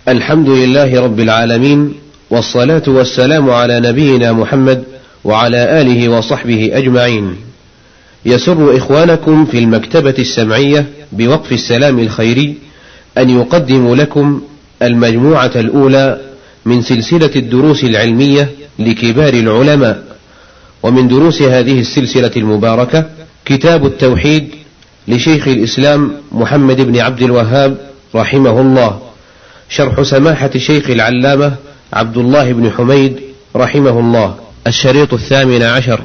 الحمد لله رب العالمين، والصلاة والسلام على نبينا محمد وعلى آله وصحبه أجمعين. يسر إخوانكم في المكتبة السمعية بوقف السلام الخيري أن يقدم لكم المجموعة الأولى من سلسلة الدروس العلمية لكبار العلماء، ومن دروس هذه السلسلة المباركة كتاب التوحيد لشيخ الإسلام محمد بن عبد الوهاب رحمه الله، شرح سماحة الشيخ العلامة عبد الله بن حميد رحمه الله، الشريط 18.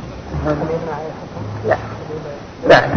لا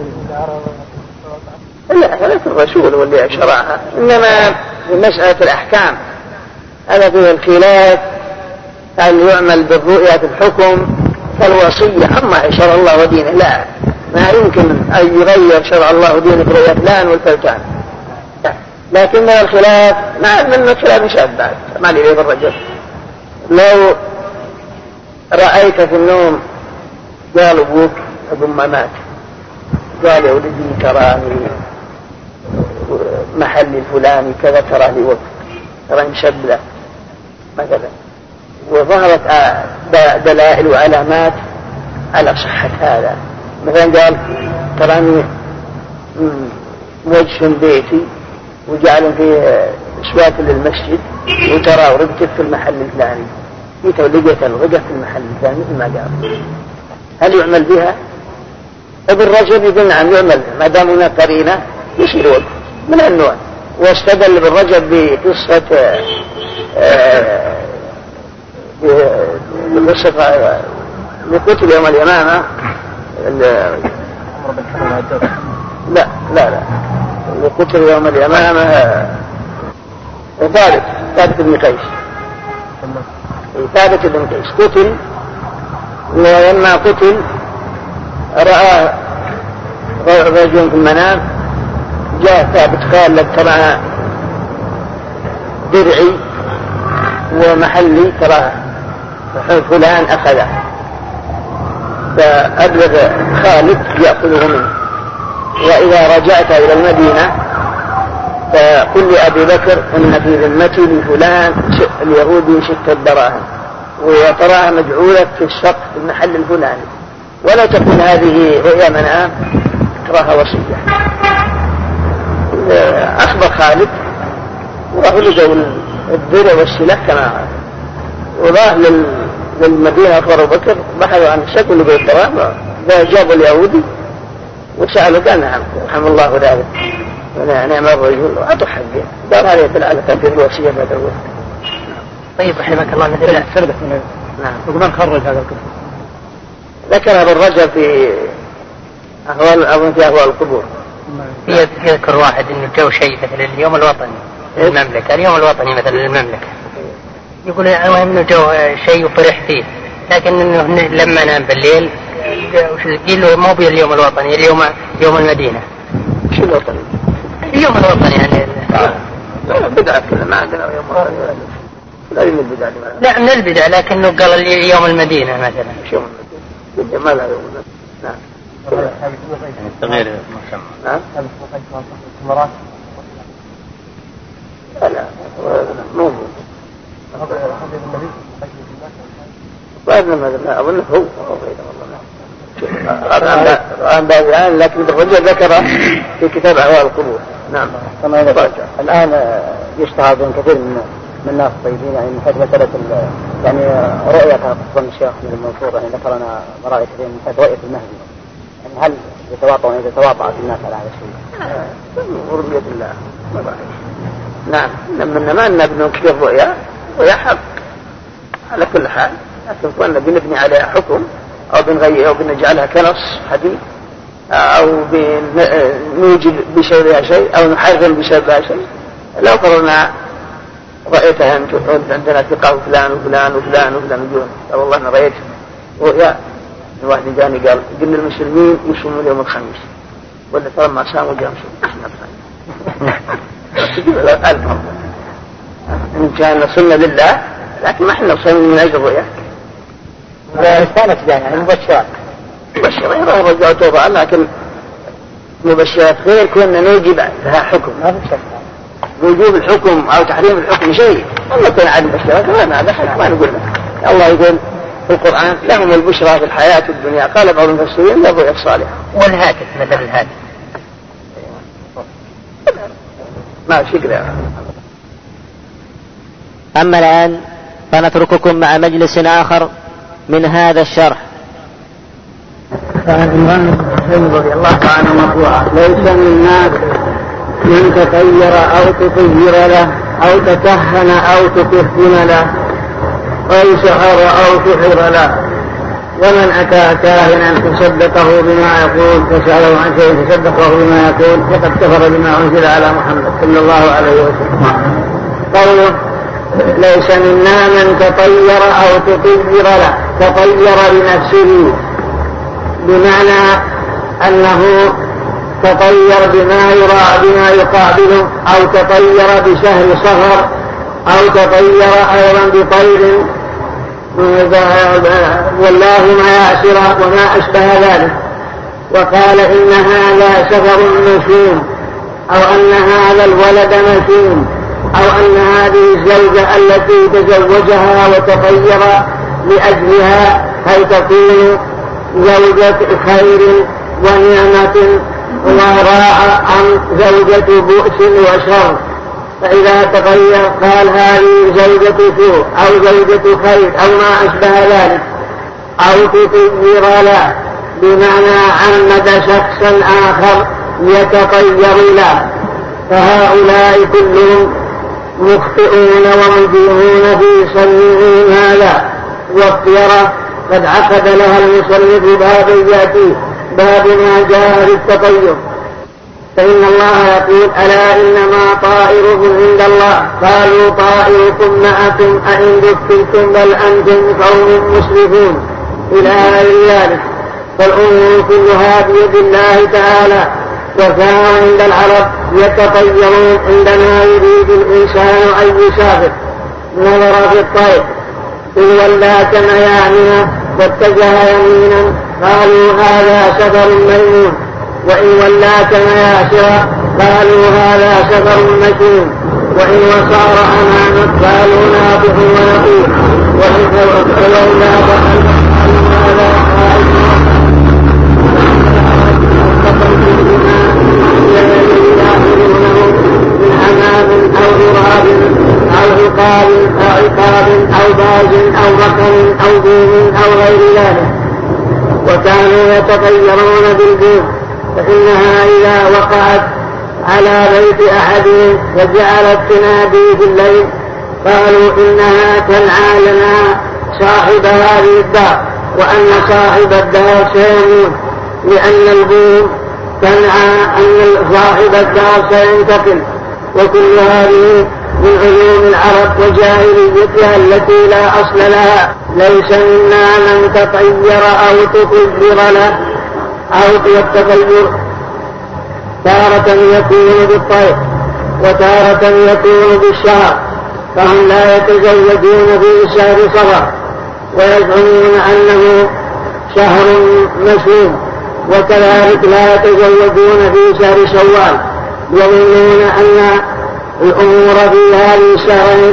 ليس الرسول واللي شرعها، إنما مسألة الأحكام هذا فيه الخلاف، هل يعمل بالرؤية في الحكم فالوصية أما شرع الله ودينه، لا ما يمكن أن يغير شرع الله ودينه برؤية فلان والفلتان، لكن الخلاف من الخلاف شاب بعد ما لي بالرجل. لو رأيت في النوم قال أبوك أبو ما مات، قال يا ولدي تراني محل الفلاني كذا، تراني وقت، تراني شبلة مثلا، وظهرت دلائل وعلامات على صحة هذا، مثلا قال تراني وجه بيتي وجعل فيه سواك للمسجد وترى ورقت في المحل الفلاني، لقيت الرقة في المحل الفلاني مثل ما قال، هل يعمل بها؟ ابن رجب يقول نعم يعمل ما دام هناك قرينة يصير وقت من النوع. واستدل ابن رجب بقصة لقتل يوم اليمامة لا لقتل يوم اليمامة ثابت بن قيس، ثابت بن قيس قتل، ولما قتل رأى رجل في المنام، جاء ثابت قال لك ترى درعي ومحلي ترى فلان أخذه، فأبلغ خالد يأخذه منه، وإذا رجعت إلى المدينة فقل لأبي بكر إن في ذمتي لفلان اليهودي 6 دراهم وتراها مجعولة في السقف في المحل الفلاني، ولا تكون هذه رؤيا منام، تراها وصية. أخبر خالد ورغلقوا الدرع والسلاح كما وراح للمدينة، أخبر أبو بكر بحثوا عن السقف اللي بالدراهم، فجابوا اليهودي وسألوا قال نعم رحم الله ذلك نعم الرجل وأعطوا حقه، قال هذا يدل على تنفيذ الوصية بعد الوقت. طيب رحمك الله، مثل سردة نعم وكمان خرج هذا الكتاب ذكر ابن رجب في أهوال القبور. يذكر واحد إنه جو شيء مثل اليوم الوطني للمملكة، اليوم الوطني مثل للمملكة، يقول إنه جو شيء وفرح فيه، لكن إنه لما نام بالليل قيل له مو باليوم الوطني، يوم المدينة. شو الوطني؟ اليوم الوطني يعني لا بدعة كذا ما عندنا يوم وطني، لا من البدع، لا من البدع، لكنه قال يوم المدينة مثلا. شو المدينة ما لا يوم. نعم. تغيير المسمى. نعم. لا مو ما أظن هو غيره، لكن الرجل ذكره في كتاب أهوال القبور. نعم. الآن يشتهر بين كثير من الناس الطيبين يعني من حيث مسألة يعني رؤية خصوصا الشيخ من المنصور، يعني ذكر لنا مراء كثير من حيث رؤية المهدي، يعني هل يتواطع الناس على هذا الشيء؟ رؤية الله. نعم لما نبني كثير رؤيا حق على كل حال، لكن كنا بنبني عليها حكم أو بنغير أو بنجعلها كنص حديث أو بنوجد بسببها شيء أو نحرم بسببها شيء. لو قررنا رأيتها أن عندنا ثقة فلان وفلان وفلان وفلان يقولون والله أنا رأيت رؤيا، واحد جاني قال قلنا المسلمين يصومون يوم الخميس، ولا ترى ما صاموا جام شيء احنا تجيب الألف إن كان صلنا لله، لكن ما احنا صلنا من أجل الرؤيا. كانت يعني مبشرات رجعوا توبة، لكن مبشرات غير كنا نوجب لها حكم. ما في شك وجوب الحكم أو تحريم الحكم شيء، والله كان عدم الشرع ما نقول له. الله يقول في القرآن لهم البشرى في الحياة الدنيا، قال بعض المفسرين للرؤيا الصالحة. والهاتف مثل الهاتف ما في كذا. أما الآن فنترككم مع مجلس آخر من هذا الشرح. قال الإمام الحسين رضي الله عنه مرفوعا: ليس منا من تطير أو تطير له أو تكهن أو تكهن له أو سحر أو سحر له. ومن أتى كاهنا فصدقه بما يقول فسأله عن شيء فصدقه بما يقول فقد كفر بما أنزل على محمد صلى الله عليه وسلم. قوله ليس منا من تطير أو تطير له، تطير لنفسه بمعنى أنه تطير بما يقابله، أو تطير بشهر صفر، أو تطير أيضا بطير والله مياسر وما أشبه ذلك. وقال إن هذا سفر مشوم، أو أن هذا الولد مشوم، أو أن هذه الزوجة التي تزوجها وتطير لأجلها هل تكون زوجة خير ونعمة وراء أم زوجة بؤس وشر. فإذا تغير قال هذه زوجة سوء أو زوجة خير أو ما أشبه ذلك، أو تطير له بمعنى عمد شخصا آخر يتطير له. فهؤلاء كلهم مخطئون ومجرمون في صنيعهم هذا. والطيرة قد عقد لها المصنف باب يأتي باب ما جاء في التطير. فإن الله يقول ألا إنما طائركم عند الله، قالوا طائركم معكم أئن ذكرتم بل أنتم قوم مسرفون إلى غير ذلك. فالأمور كلها بيد الله تعالى. وكان عند العرب يتطيرون عندما يريد الإنسان أن يسافر، نظر في الطير إن ولى كميامنا واتجه يمينا قالوا هذا سفر ميمون، وإن ولى كمياسرا قالوا هذا سفر مشين، وإن وصار أمامك قالوا ناطق ونقول، وإن ولى هذا من حمام أو غراب أو عقاب أو باز أو بكر أو بوم أو غير ذلك. وكانوا يتطيرون بالبوم، فإنها إذا وقعت على بيت أحدهم وجعلت تنادي في الليل قالوا إنها تنعى لنا صاحب هذه الدار، وأن صاحب الدار سيموت، لأن البوم تنعى أن صاحب الدار سينتقل. وكل هذه من علوم العرب وجاهليتها التي لا أصل لها. ليس منا من تطير أو تطير له، أو التطير تارة يكون بالطير وتارة يكون بالشهر، فهم لا يتزوجون في شهر صفر ويزعمون أنه شهر مشهور، وكذلك لا يتزوجون في شهر شوال، يظنون أن الأمور في هذه الشهر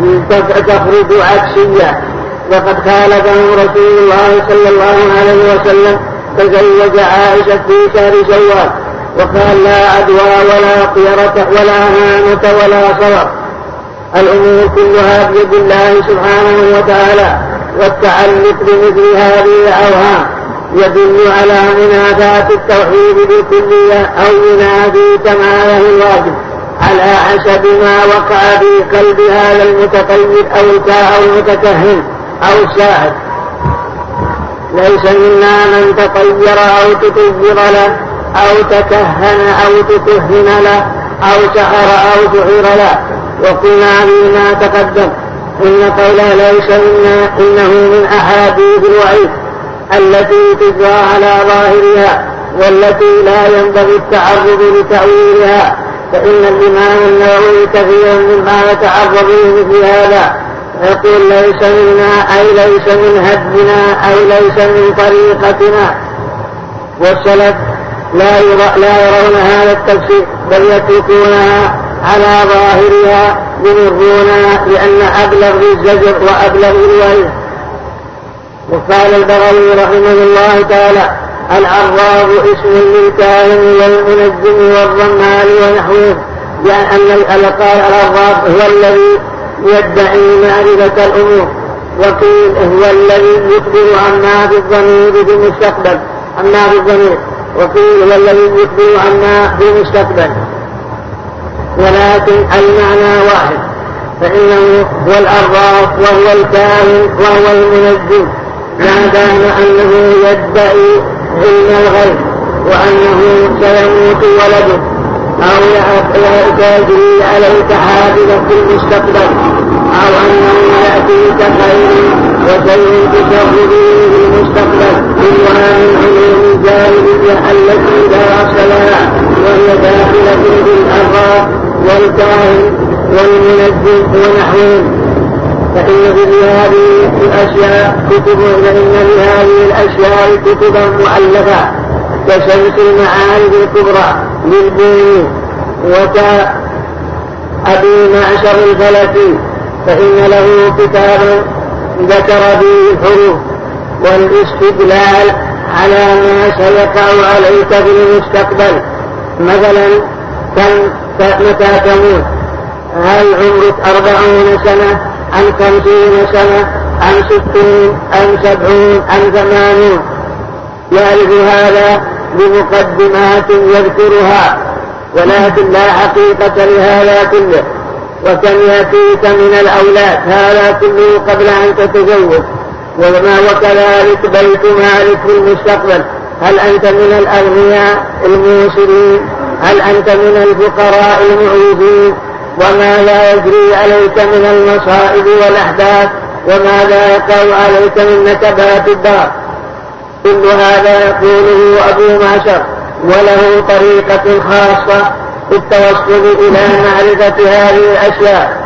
تخرج عكسية. وقد خالفهم رسول الله صلى الله عليه وسلم، تزوج عائشة في شهر شوال وقال لا عدوى ولا طيرة ولا هامة ولا صور. الأمور كلها بيد الله سبحانه وتعالى، والتعلق بمثل هذه الأوهام يدل على منافاة التوحيد بالكلية أو ينافي كماله الواجب على حسب ما وقع في قلب هذا المتطيب أو المتكهن أو الساحر. ليس منا من تطير أو تطير له أو تكهن أو تكهن له أو سحر أو سحر له. وقلنا فيما تقدم إن قول ليس منا إنه من أحاديث الوعيد التي تجرى على ظاهرها والتي لا ينبغي التعرض لتأويلها، فإن الإمام النووي كثيرا مما يتعرض لمثل هذا يقول ليس منا أي ليس من هدنا أي ليس من طريقتنا. والسلف لا يرون هذا التفسير بل يتركونها على ظاهرها يمرونها لأن أبلغ بالزجر وأبلغ بالوعيد. وقال البغوي رحمه الله تعالى: العراف اسم للكاهن والمنجم والرمال ونحوه، لأن قال العراف هو الذي يدعي معرفة الأمور، وقيل هو الذي يخبر عما في الضمير في المستقبل، وقيل هو الذي يخبر عما في المستقبل، ولكن المعنى واحد، فإنه هو العراف وهو الكاهن وهو المنجم، ما دام أنه يدعي علم الغيب وأنه سيموت ولده أو يجري عليك حادثة في المستقبل أو أنه يأتيك خير وشيء تشر به في المستقبل، كلها من علوم الجاهلية التي لا أصل لها، وهي داخلة في العراف والكاهن والمنجم ونحوهم. فإن في هذه الأشياء كتبا مؤلفة كشمس المعارف الكبرى للبيني وكأبي معشر الفلكي، فإن له كتابا ذكر فيه الحروف والاستدلال على ما سيقع عليك في المستقبل، مثلا متى تموت، هل عمرك 40 سنة أم 50 سنة أم 60 أم 70 أم 80. يعرف هذا بمقدمات يذكرها، ولكن لا حقيقة لهذا كله. وكم يأتيك من الأولاد، هذا كله قبل أن تتزوج. وكذلك بيت مالك في المستقبل، هل أنت من الأغنياء الموسرين، هل أنت من الفقراء المعوزين، وماذا يجري عليك من المصائب والأحداث، وماذا يقع عليك من نكبات الدار. كل هذا يقوله أبو معشر، وله طريقة خاصة في التوصل إلى معرفة هذه الأشياء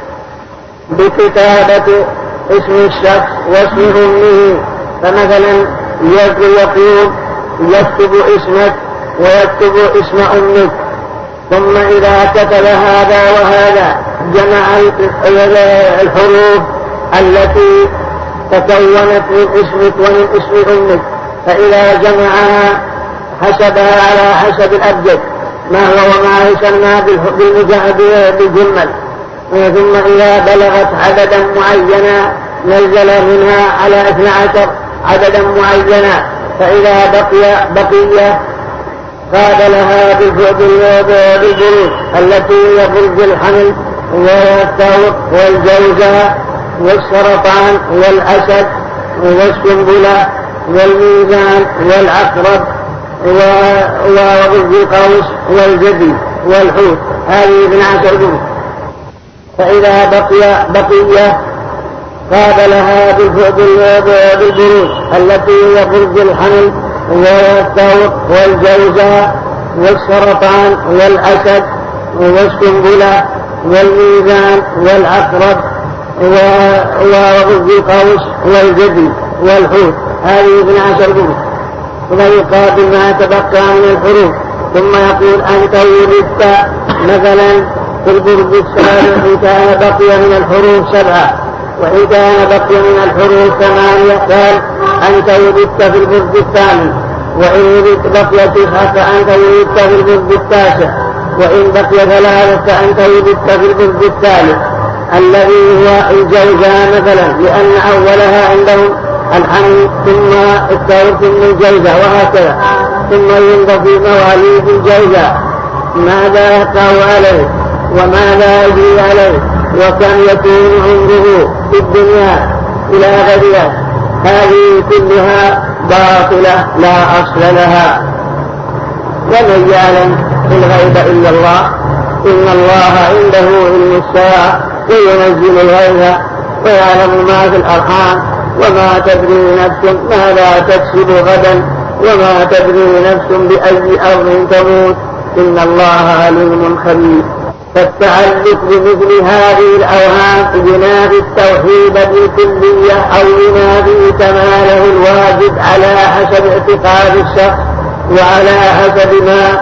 بكتابة اسم الشخص واسم أمه. فمثلا يقول يكتب اسمك ويكتب اسم أمك، ثم إذا كتب هذا وهذا جمع الحروف التي تكونت من اسمك ومن اسم أمك، فإذا جمعها حسبها على حسب الأبجد ما هو وما يسمى بالجمل، ثم إذا بلغت عددا معينا نزل منها على 12 عددا معينا، فإذا بقي قابلها بالبروج التي هي برج الحمل والثور والجوزاء والسرطان والأسد والسنبلة والميزان والعقرب وبرج القوس والجدي والحوت، هذه 12 برج. فإذا بقي قابلها بالبروج التي هي برج الحمل والثور والجوزاء والسرطان والأسد والسنبلة والميزان والعقرب وبرج القوس والجدي والحوت، هذه 12 برج. ويقابل ما تبقى من الحروف، ثم يقول أنت ولدت مثلا في البرج السابع إن كان بقي من الحروف 7، وإن كان بقي من الحروف 8 قال أنت ولدت في البرج الثامن، وإن بقي 9 فأنت ولدت في البرج التاسع، وإن بقي 3 فأنت ولدت في البرج الثالث الذي هو الجوزاء مثلا، لأن أولها عندهم الحمل ثم الثور ثم الجوزاء وهكذا، ثم ينظر في مواليد الجوزاء ماذا يقع عليه وماذا يجري عليه وكم يكون عمره في الدنيا إلى غيرها. هذه كلها باطلة لا أصل لها. ومن يعلم في الغيب إلا الله، إن الله عنده علم الساعة وينزل الغيث ويعلم ما في الأرحام وما تدري نفس ماذا تكسب غدا وما تدري نفس بأي أرض تموت، إن الله عليم خبير. فالتعلق بمثل هذه الأوهام ينافي التوحيد بالكلية أو ينافي كماله الواجب على حسب اعتقاد الشخص وعلى حسب ما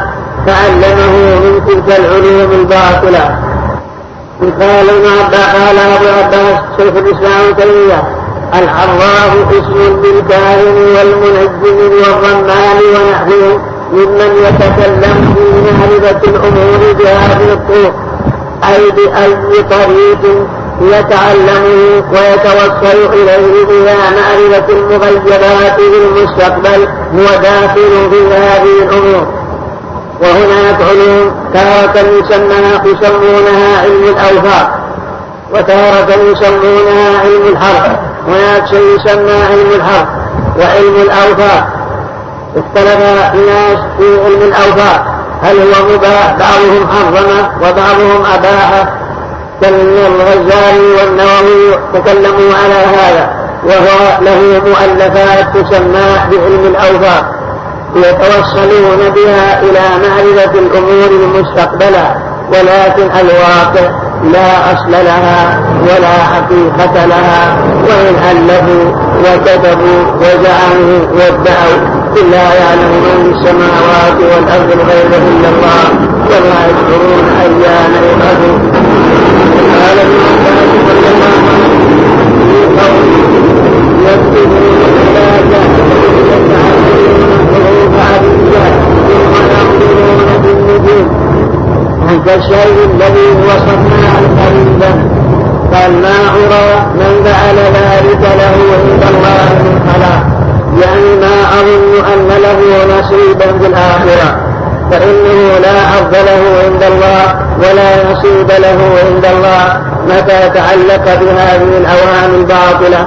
تعلمه من تلك العلوم الباطلة. قال أبو عباس شيخ الإسلام تيمية: العراف اسم للكاهن والمنجم والرمان ونحوه ممن يتكلم في معرفة الأمور بهذه الطرق، أي بأي طريق يتعلمه ويتوصل إليه إلى معرفة المغيبات بالمستقبل هو داخل في هذه الأمور. وهناك علوم تارة يسمونها علم الأوفاق، وتارة يسمونها علم الحرف. هناك شيء يسمى علم الحرف وعلم الأوفاق. اختلف الناس في علم الأوفاق، هل هو مباح؟ بعضهم حرمه وبعضهم أباحه، كالغزالي والنووي تكلموا على هذا، وهو له مؤلفات تسمى بعلم الأوفاق يتوصلون بها إلى معرفة الأمور المستقبلة، ولكن الواقع لا أصل لها ولا حقيقة لها، وإن ألفوا وكتبوا وزعموا وادعوا لا يعلم من السماوات والأرض الغيب إلا الله وما يشعرون أيان يبعثون. قال ابن عباس رضي الله عنه في قوله: يكتبون الآيات يتعلمون حروف عربية ثم ينظرون بالنجوم، كالشيء الذي وصفناه قريبا. قال: ما أرى من فعل ذلك له عند الله من خلاق، يعني ما أظن أن له نصيبا في الآخرة، فإنه لا حظ له عند الله ولا نصيب له عند الله متى تعلق بهذه الأوهام الباطلة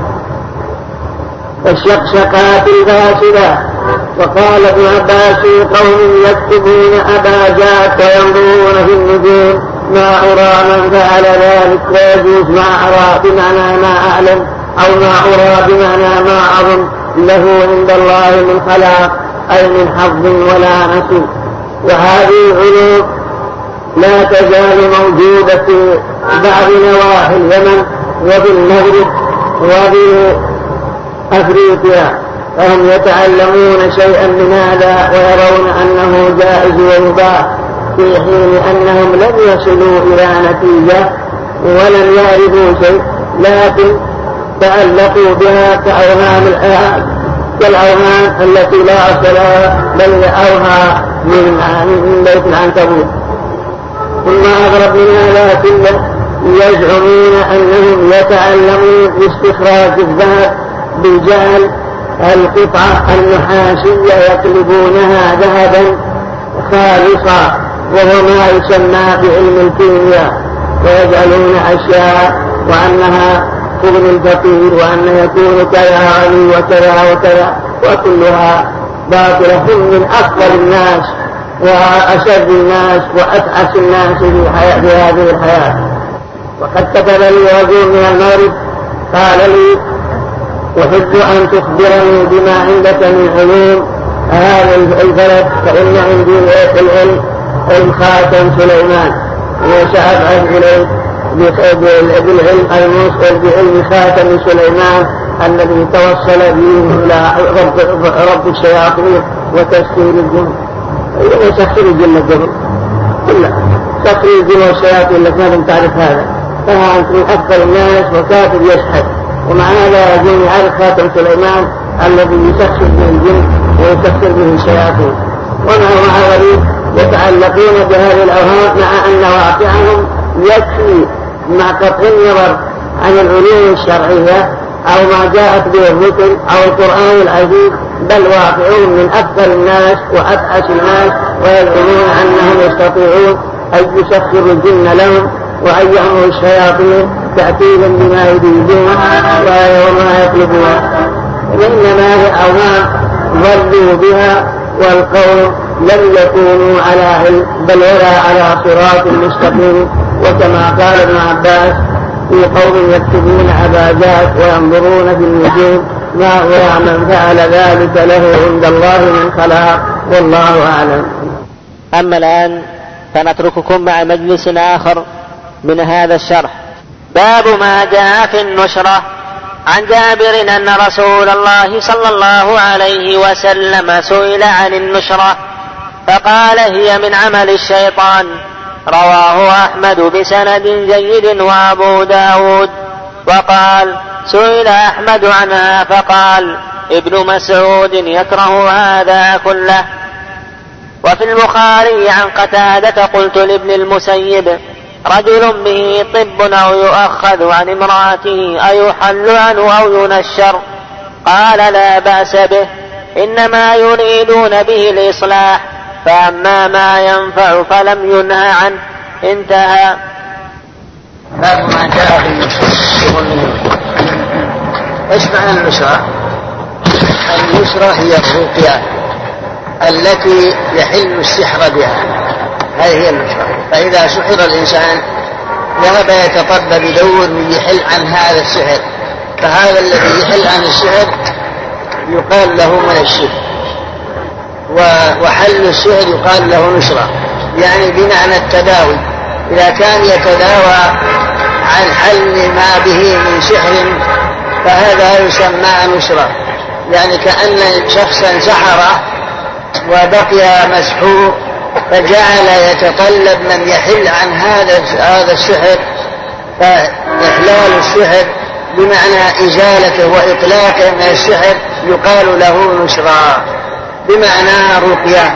والشقشقات الفاسدة. وقال ابن عباس: قوم يكتبون أباجات وينظرون في النجوم، ما أرى من فعل ذلك ويجوز ما أرى بمعنى ما أعلم، أو ما أرى بمعنى ما أظن له عند الله من خلاق، أي من حظ ولا نصيب. وهذه العلوم لا تزال موجودة في بعض نواحي اليمن وفي المغرب وفي أفريقيا، فهم يتعلمون شيئا من هذا ويرون أنه جائز ويباح، في حين أنهم لم يصلوا إلى نتيجة ولم يعرفوا شيء، لكن تعلقوا بها كالأوهام التي لا أصل لها، بل أوهى من بيت العنكبوت. ثم أغرب من هذا كله يزعمون أنهم يتعلمون باستخراج الذهب بجعل القطعة النحاسية يقلبونها ذهبا خالصا، وهو ما يسمى بعلم الكيمياء، ويجعلون أشياء وأنها ابن الفقير وأن يكون كذا غني وكذا وكذا، وكلها باطلة. هم من أفضل الناس وأشد الناس وأتعس الناس في هذه الحياة. وقد كتب لي رجل من المغرب قال لي: أحب أن تخبرني بما عندك من علوم هذا البلد، فإن عندي العلم علم خاتم سليمان، وسأبعث إليك بالعلم الموصل بعلم خاتم سليمان الذي توصل به إلى رب الشياطين وتسخير الجن. وتسخير الجن الجبر كله، تسخير الجن والشياطين لك ما لم تعرف هذا، فأنت من أفضل الناس وكاتب يشهد. ومع هذا يجون يعرف خاتم سليمان الذي يسخر به الجن ويسخر به الشياطين. ومع ذلك يتعلقون بهذه الأوهام، مع أن واقعهم يكفي مع قطع النظر عن العلوم الشرعية أو ما جاءت به الرسل أو القرآن العزيز، بل واقعون من أفضل الناس وأبعث الناس، ويزعمون أنهم يستطيعون أن يسخروا الجن لهم وأن يأمروا الشياطين تأكيدا بما يريدون وما يطلبون. وإنما هي أوهام ضلوا بها، والقوم لم يكونوا على علم بل ولا على صراط مستقيم. وكما قال ابن عباس: في قوم يكتبون أباجات وينظرون في النجوم، ما هو من فعل ذلك له عند الله من خلاق، والله أعلم. أما الآن فنترككم مع مجلس آخر من هذا الشرح. باب ما جاء في النشرة. عن جابر أن رسول الله صلى الله عليه وسلم سئل عن النشرة فقال هي من عمل الشيطان. رواه أحمد بسند جيد وأبو داود. وقال سئل أحمد عنها فقال ابن مسعود يكره هذا كله. وفي البخاري عن قتادة قلت لابن المسيب رجل به طب أو يؤخذ عن امرأته أيحل عنه أو ينشر؟ قال لا بأس به، إنما يريدون به الإصلاح، فأما ما ينفع فلم ينهى عنه. انتهى. باب ما جاء في النشرة. ايش معنى النشرة؟ النشرة هي الرقية التي يحل السحر بها، هذه هي النشرة. فإذا سحر الإنسان ذهب يتطبب بدور يحل عن هذا السحر، فهذا الذي يحل عن السحر يقال له منشر، وحل السحر يقال له نشرة، يعني بمعنى التداوي. إذا كان يتداوى عن حل ما به من سحر فهذا يسمى نشرة، يعني كأن شخصا سحر وبقي مسحور فجعل يتطلب من يحل عن هذا السحر، فإحلال السحر بمعنى إزالته وإطلاقه من السحر يقال له نشرة بمعنى رقية.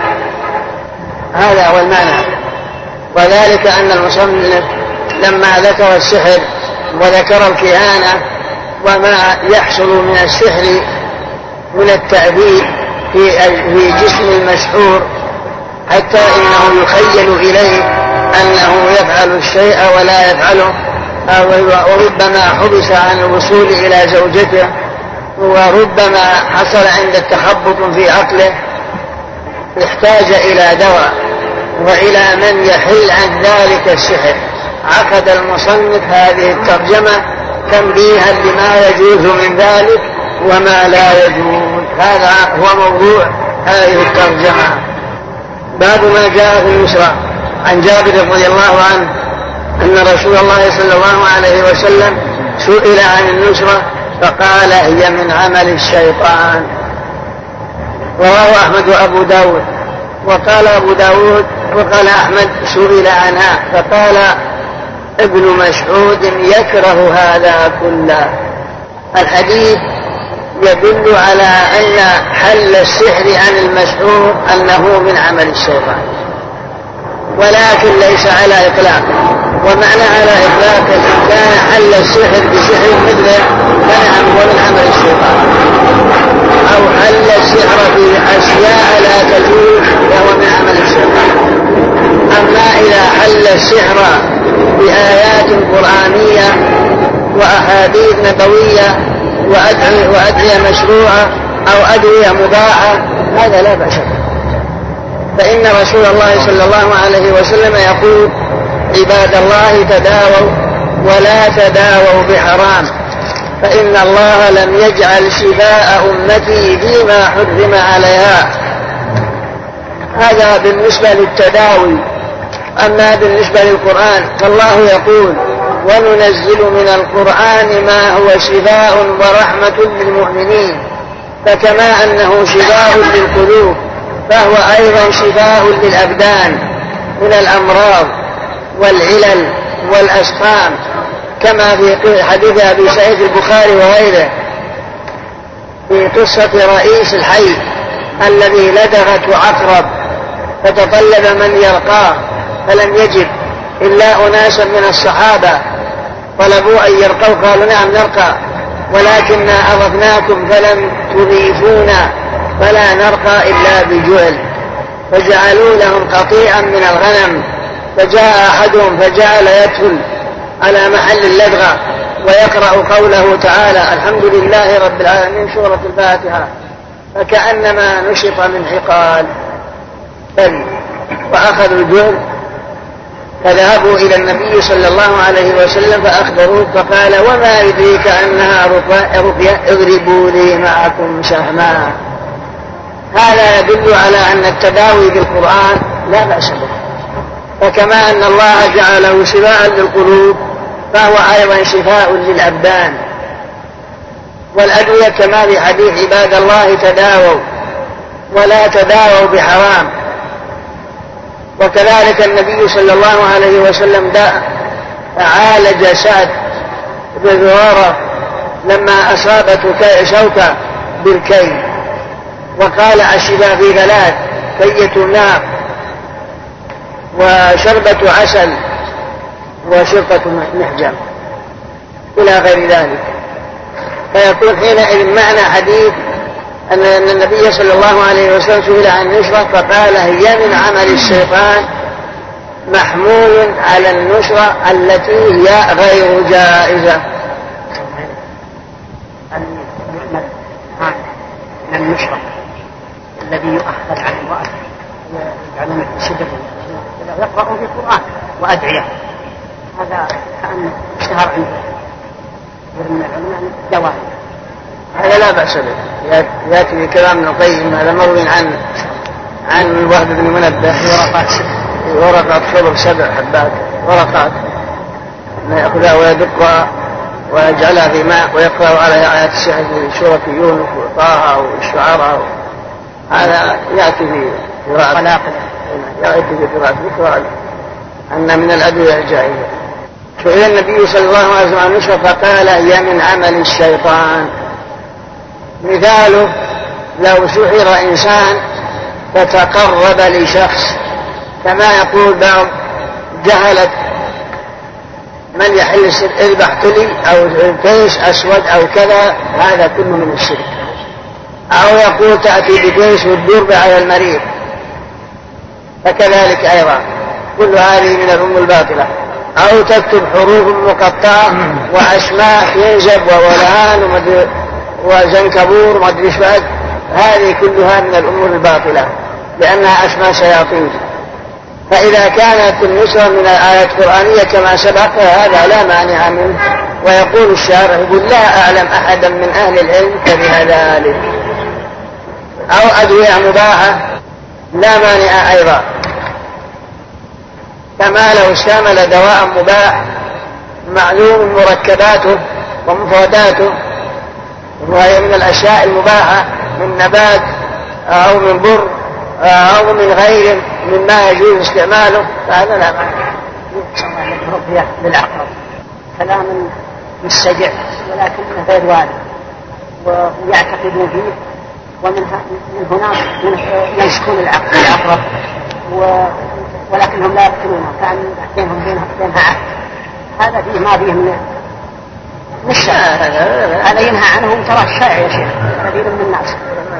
هذا هو المعنى. وذلك أن المصنف لما ذكر السحر وذكر الكهانة وما يحصل من السحر من التأبيد في جسم المسحور حتى إنه يخيل إليه أنه يفعل الشيء ولا يفعله، وربما حبس عن الوصول إلى زوجته، وربما حصل عند التخبط في عقله، احتاج إلى دواء وإلى من يحل عن ذلك السحر. عقد المصنف هذه الترجمة تنبيها لما يجوز من ذلك وما لا يجوز. هذا هو موضوع هذه الترجمة. باب ما جاء في النشرة. عن جابر رضي الله عنه أن رسول الله صلى الله عليه وسلم سئل عن النشرة فقال هي من عمل الشيطان. رواه أحمد وأبو داود. وقال أبو داود وقال أحمد سئل عنها فقال ابن مسعود يكره هذا كله. الحديث يدل على أن حل السحر عن المسحور أنه من عمل الشيطان، ولكن ليس على إطلاق. ومعنى على إطلاق إن كان حل السحر بسحر مثله فنعم هو من عمل الشيطان، أو حل السحر بأشياء لا تجوز فهو من عمل الشيطان. أما إذا حل السحر بآيات قرآنية وأحاديث نبوية وأدعية مشروعة أو أدعية مباحة هذا لا بأس به، فإن رسول الله صلى الله عليه وسلم يقول عباد الله تداووا ولا تداووا بحرام، فإن الله لم يجعل شفاء أمتي فيما حرم عليها. هذا بالنسبة للتداوي. أما بالنسبة للقرآن فالله يقول وننزل من القرآن ما هو شفاء ورحمة للمؤمنين، فكما أنه شفاء للقلوب فهو أيضا شفاء للأبدان من الأمراض والعلل والأسقام، كما في حديث أبي سعيد البخاري وغيره في قصة رئيس الحي الذي لدغته عقرب فتطلب من يرقاه فلم يجد إلا أناسا من الصحابة طلبوا أن يرقوا، قالوا نعم نرقى ولكننا أضفناكم فلم تضيفونا فلا نرقى إلا بجعل، فجعلوا لهم قطيعا من الغنم، فجاء أحدهم فجعل يدخل على محل اللدغة ويقرأ قوله تعالى الحمد لله رب العالمين سورة الفاتحة، فكأنما نشط من عقال فأخذوا الجعل فذهبوا إلى النبي صلى الله عليه وسلم فأخبروه فقال وما يدريك أنها رقية اضربوا لي معكم سهما. هذا يدل على أن التداوي بالقرآن لا بأس به، فكما أن الله جعله شفاء للقلوب فهو أيضا شفاء للأبدان. والأدوية كما في حديث عباد الله تداووا ولا تداووا بحرام، وكذلك النبي صلى الله عليه وسلم عالج سعد بن زرارة لما أصابته شوكة بالكي، وقال أشبا في 3 كية نار وشربة عسل وشرطة محجم إلى غير ذلك. فيكون حينئذ معنى حديث أن النبي صلى الله عليه وسلم سئل عن النشرة فقال هي من عمل الشيطان، محمول على النشرة التي هي غير جائزة. النشرة الذي يؤخذ عن المرأة يعلم الشدة يقرأ في القرآن وأدعية، هذا كأن اشتهر عنده من العلماء دواء، هذا لا بأس به. يأتي بكلام ابن القيم هذا مروي عن الوهب بن منبه ورقات شرب 7 حبات ورقات يأخذها ويدقها ويجعلها في ماء ويقرأ عليها آيات السحر في سورة يونس وطه والشعراء. هذا يأتي في قراءة ذكر أن من الأدوية الجائزة. سئل النبي صلى الله عليه وسلم عن النشرة فقال هي من عمل الشيطان. مثاله لو سحر إنسان فتقرب لشخص كما يقول بعض جهلة من يحل اذبح طلي أو كيس أسود أو كذا، هذا كله من الشرك. أو يقول تأتي بكيس وتدور على المريض، فكذلك أيضا كل هذه من الأمور الباطلة. أو تكتب حروف مقطعة وأسماء ينزب وولهان وزنكبور ومدري ايش بعد، هذه كلها من الأمور الباطلة لأنها أسماء شياطين. فإذا كانت النشرة من الآيات القرآنية كما سبق فهذا لا مانع منه. ويقول الشارع يقول لا أعلم أحدا من أهل العلم كره ذلك. أو أدوية مباحة لا مانع أيضا، كما لو استعمل دواء مباح معلوم مركباته ومفرداته وهي من الأشياء المباحة من نبات أو من بر أو من غيره مما يجوز استعماله، فهذا لا مانع. رقية للعقرب كلام مستجع ولكنه غير وارد ويعتقدون فيه، ومن هناك ينسكون العقرب ولكنهم لا يقتلونه، كان بينهم بينها عهد. هذا فيه ما فيه من الشرع، هذا ينهى عنه ترى الشرع يا شيخ كثير من الناس.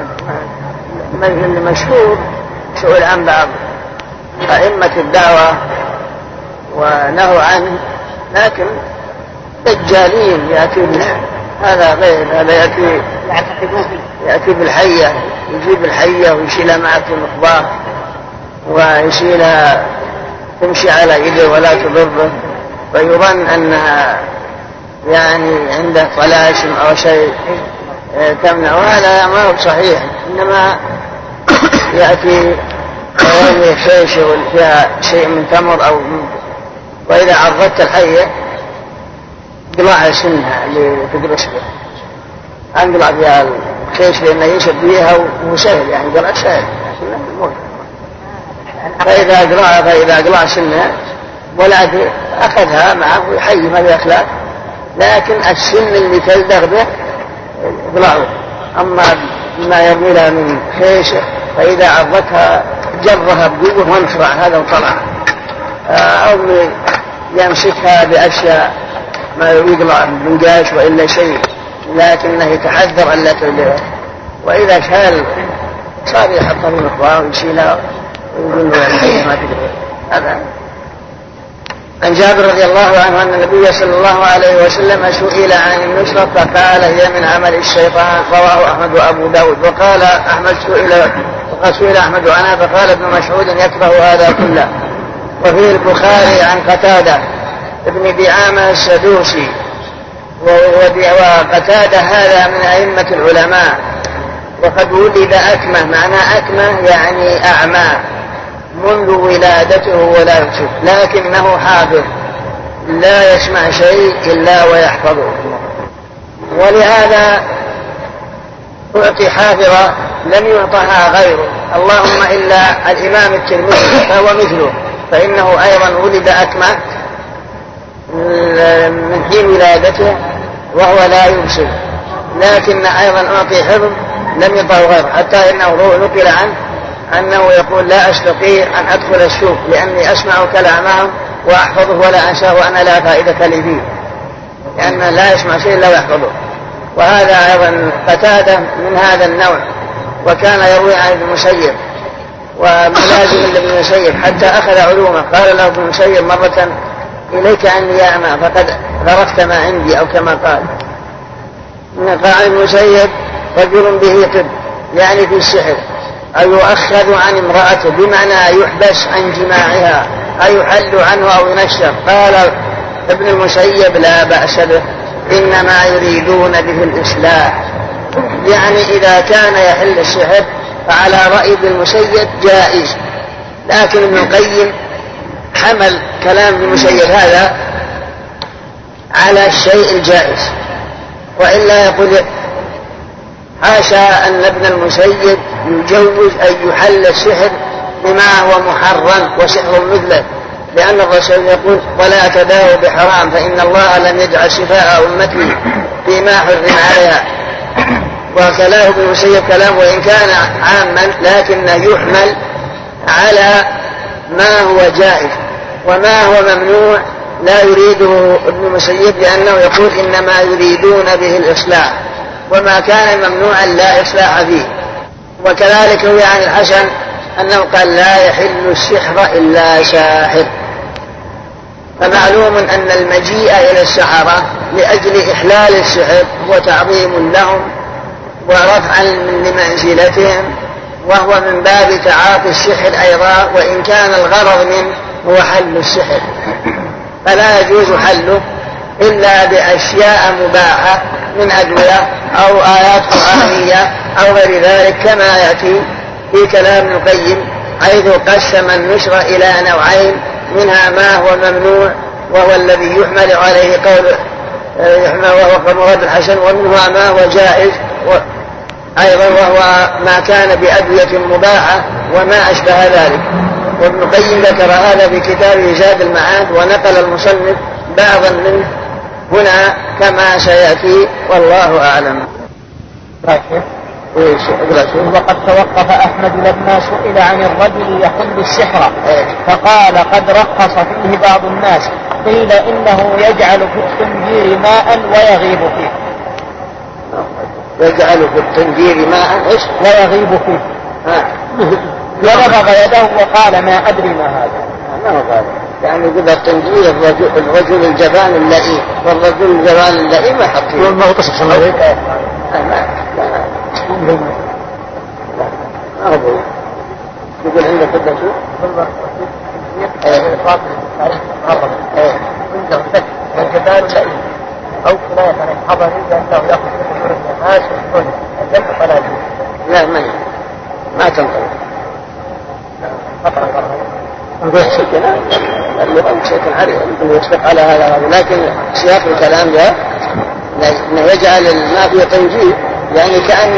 المشهور سئل عن بعض أئمة الدعوة ونهوا عنه، لكن دجالين يأتي هذا غير هذا يأتي بالحية، يجيب الحية ويشيلها معه في المخبار ويشيلها تمشي على يده ولا تضره، فيظن أنها يعني عنده طلاسم أو شيء تمنع، وهذا ما هو صحيح. إنما يأتي خيش فيها شيء من تمر أو وإذا عرضت الحية قلع سنها اللي تدرس بها، انقلع فيها الخيش لأنه يشد بيها وسهل، يعني قلع سهل. فإذا قلع سنها ولا أخذها معه ويحيي ما بأخلاق، لكن السن اللي تلدغ به قلعه. أما ما يرمي لها من خيشه فإذا عضتها جرها بقوة وانخرع هذا وطلع، أو يمسكها بأشياء ما يقلع من قاش وإلا شيء، لكنه يتحذر ألا تلدغه. وإذا شال صار يحطها في مخبار ويشيلها ويقول له الحية ما تدري. هذا عن جابر رضي الله عنه أن النبي صلى الله عليه وسلم سئل عن النشرة فقال هي من عمل الشيطان، رواه أحمد وأبو داود. وقال أحمد سئل أحمد عنها فقال ابن مسعود يكره هذا كله. وفي البخاري عن قتادة ابن دعامة السدوسي، وقتادة هذا من أئمة العلماء، وقد ولد أكمه، معنى أكمه يعني أعمى منذ ولادته ولا يبصر، لكنه حافظ لا يسمع شيء إلا ويحفظه. ولهذا أعطي حافظة لم يعطها غيره، اللهم إلا الإمام الترمذي فهو مثله، فإنه أيضا ولد أكمه من حين ولادته وهو لا يبصر، لكن أيضا أعطي حفظ لم يعطه غيره، حتى إنه نقل عنه أنه يقول لا أستطيع أن أدخل السوق لأني أسمع كلامهم وأحفظه ولا أنساه وأنا لا فائدة لي فيه، لأن لا يسمع شيء إلا ويحفظه. وهذا أيضا قتادة من هذا النوع، وكان يروي عن ابن المسيب وملازم لابن المسيب حتى أخذ علومه. قال له ابن المسيب مرة إليك أني أعمى فقد غرقت ما عندي، أو كما قال. قال ابن المسيب رجل به طب، يعني في السحر، أو يؤخذ عن امرأته بمعنى يحبس عن جماعها، أو يحل عنه أو ينشر. قال ابن المسيب لا بأس به، إنما يريدون به الإصلاح، يعني إذا كان يحل السحر فعلى رأي ابن المسيب جائز، لكن ابن القيم حمل كلام ابن المسيب هذا على الشيء الجائز، وإلا يقول حاشا أن ابن المسيب يجوز أن يحل السحر بما هو محرم وسحر مثله، لأن الرسول يقول ولا تداووا بحرام فإن الله لم يجعل شفاء أمتي فيما حرم عليها. وكلام ابن المسيب كلام وإن كان عاما لكنه يحمل على ما هو جائز، وما هو ممنوع لا يريده ابن المسيب، لأنه يقول إنما يريدون به الإصلاح، وما كان ممنوعا لا إصلاح فيه. وكذلك هو عن الحسن أنه قال لا يحل السحر إلا ساحر. فمعلوم أن المجيء إلى السحرة لأجل إحلال السحر هو تعظيم لهم ورفعا لمنزلتهم، وهو من باب تعاطي السحر أيضا، وإن كان الغرض منه هو حل السحر، فلا يجوز حله إلا بأشياء مباحة من أدوية أو آيات قرآنية أو غير ذلك، كما يأتي في كلام ابن القيم حيث قسم النشر إلى نوعين، منها ما هو ممنوع وهو الذي يحمل عليه قول يحمل وهو مراد الحسن، ومنها ما هو جائز أيضا وهو ما كان بأدوية مباحة وما أشبه ذلك. وابن القيم ذكر هذا في كتابه زاد المعاد، ونقل المصنف بعضا منه هنا كما سيأتي، والله أعلم. وقد توقف أحمد لما سئل عن الرجل يحل السحر فقال قد رخص فيه بعض الناس، قيل إنه يجعل في التنجير ماء ويغيب فيه. يجعل في التنجير ماء ويغيب فيه. ونبغ يده وقال ما أدري ما هذا. ما هو هذا؟ يعني إذا التنجير الرجل الجبان اللئيم، والرجل الجبان اللئيم ما حطيه. ما هو تصف صلوات؟ ما هو يقول عندك كده شو؟ الجبان اللئيم أو كناية عن الحضري لأنه يأخذ من الناس والكل الجنة فلا يجوز. لا ما تنطلق. نقول شكنا اللغة شكل عريض يمكن يصدق على هذا، لكن سياق الكلام ده أنه يجعل الماء في تنجيل، يعني كأن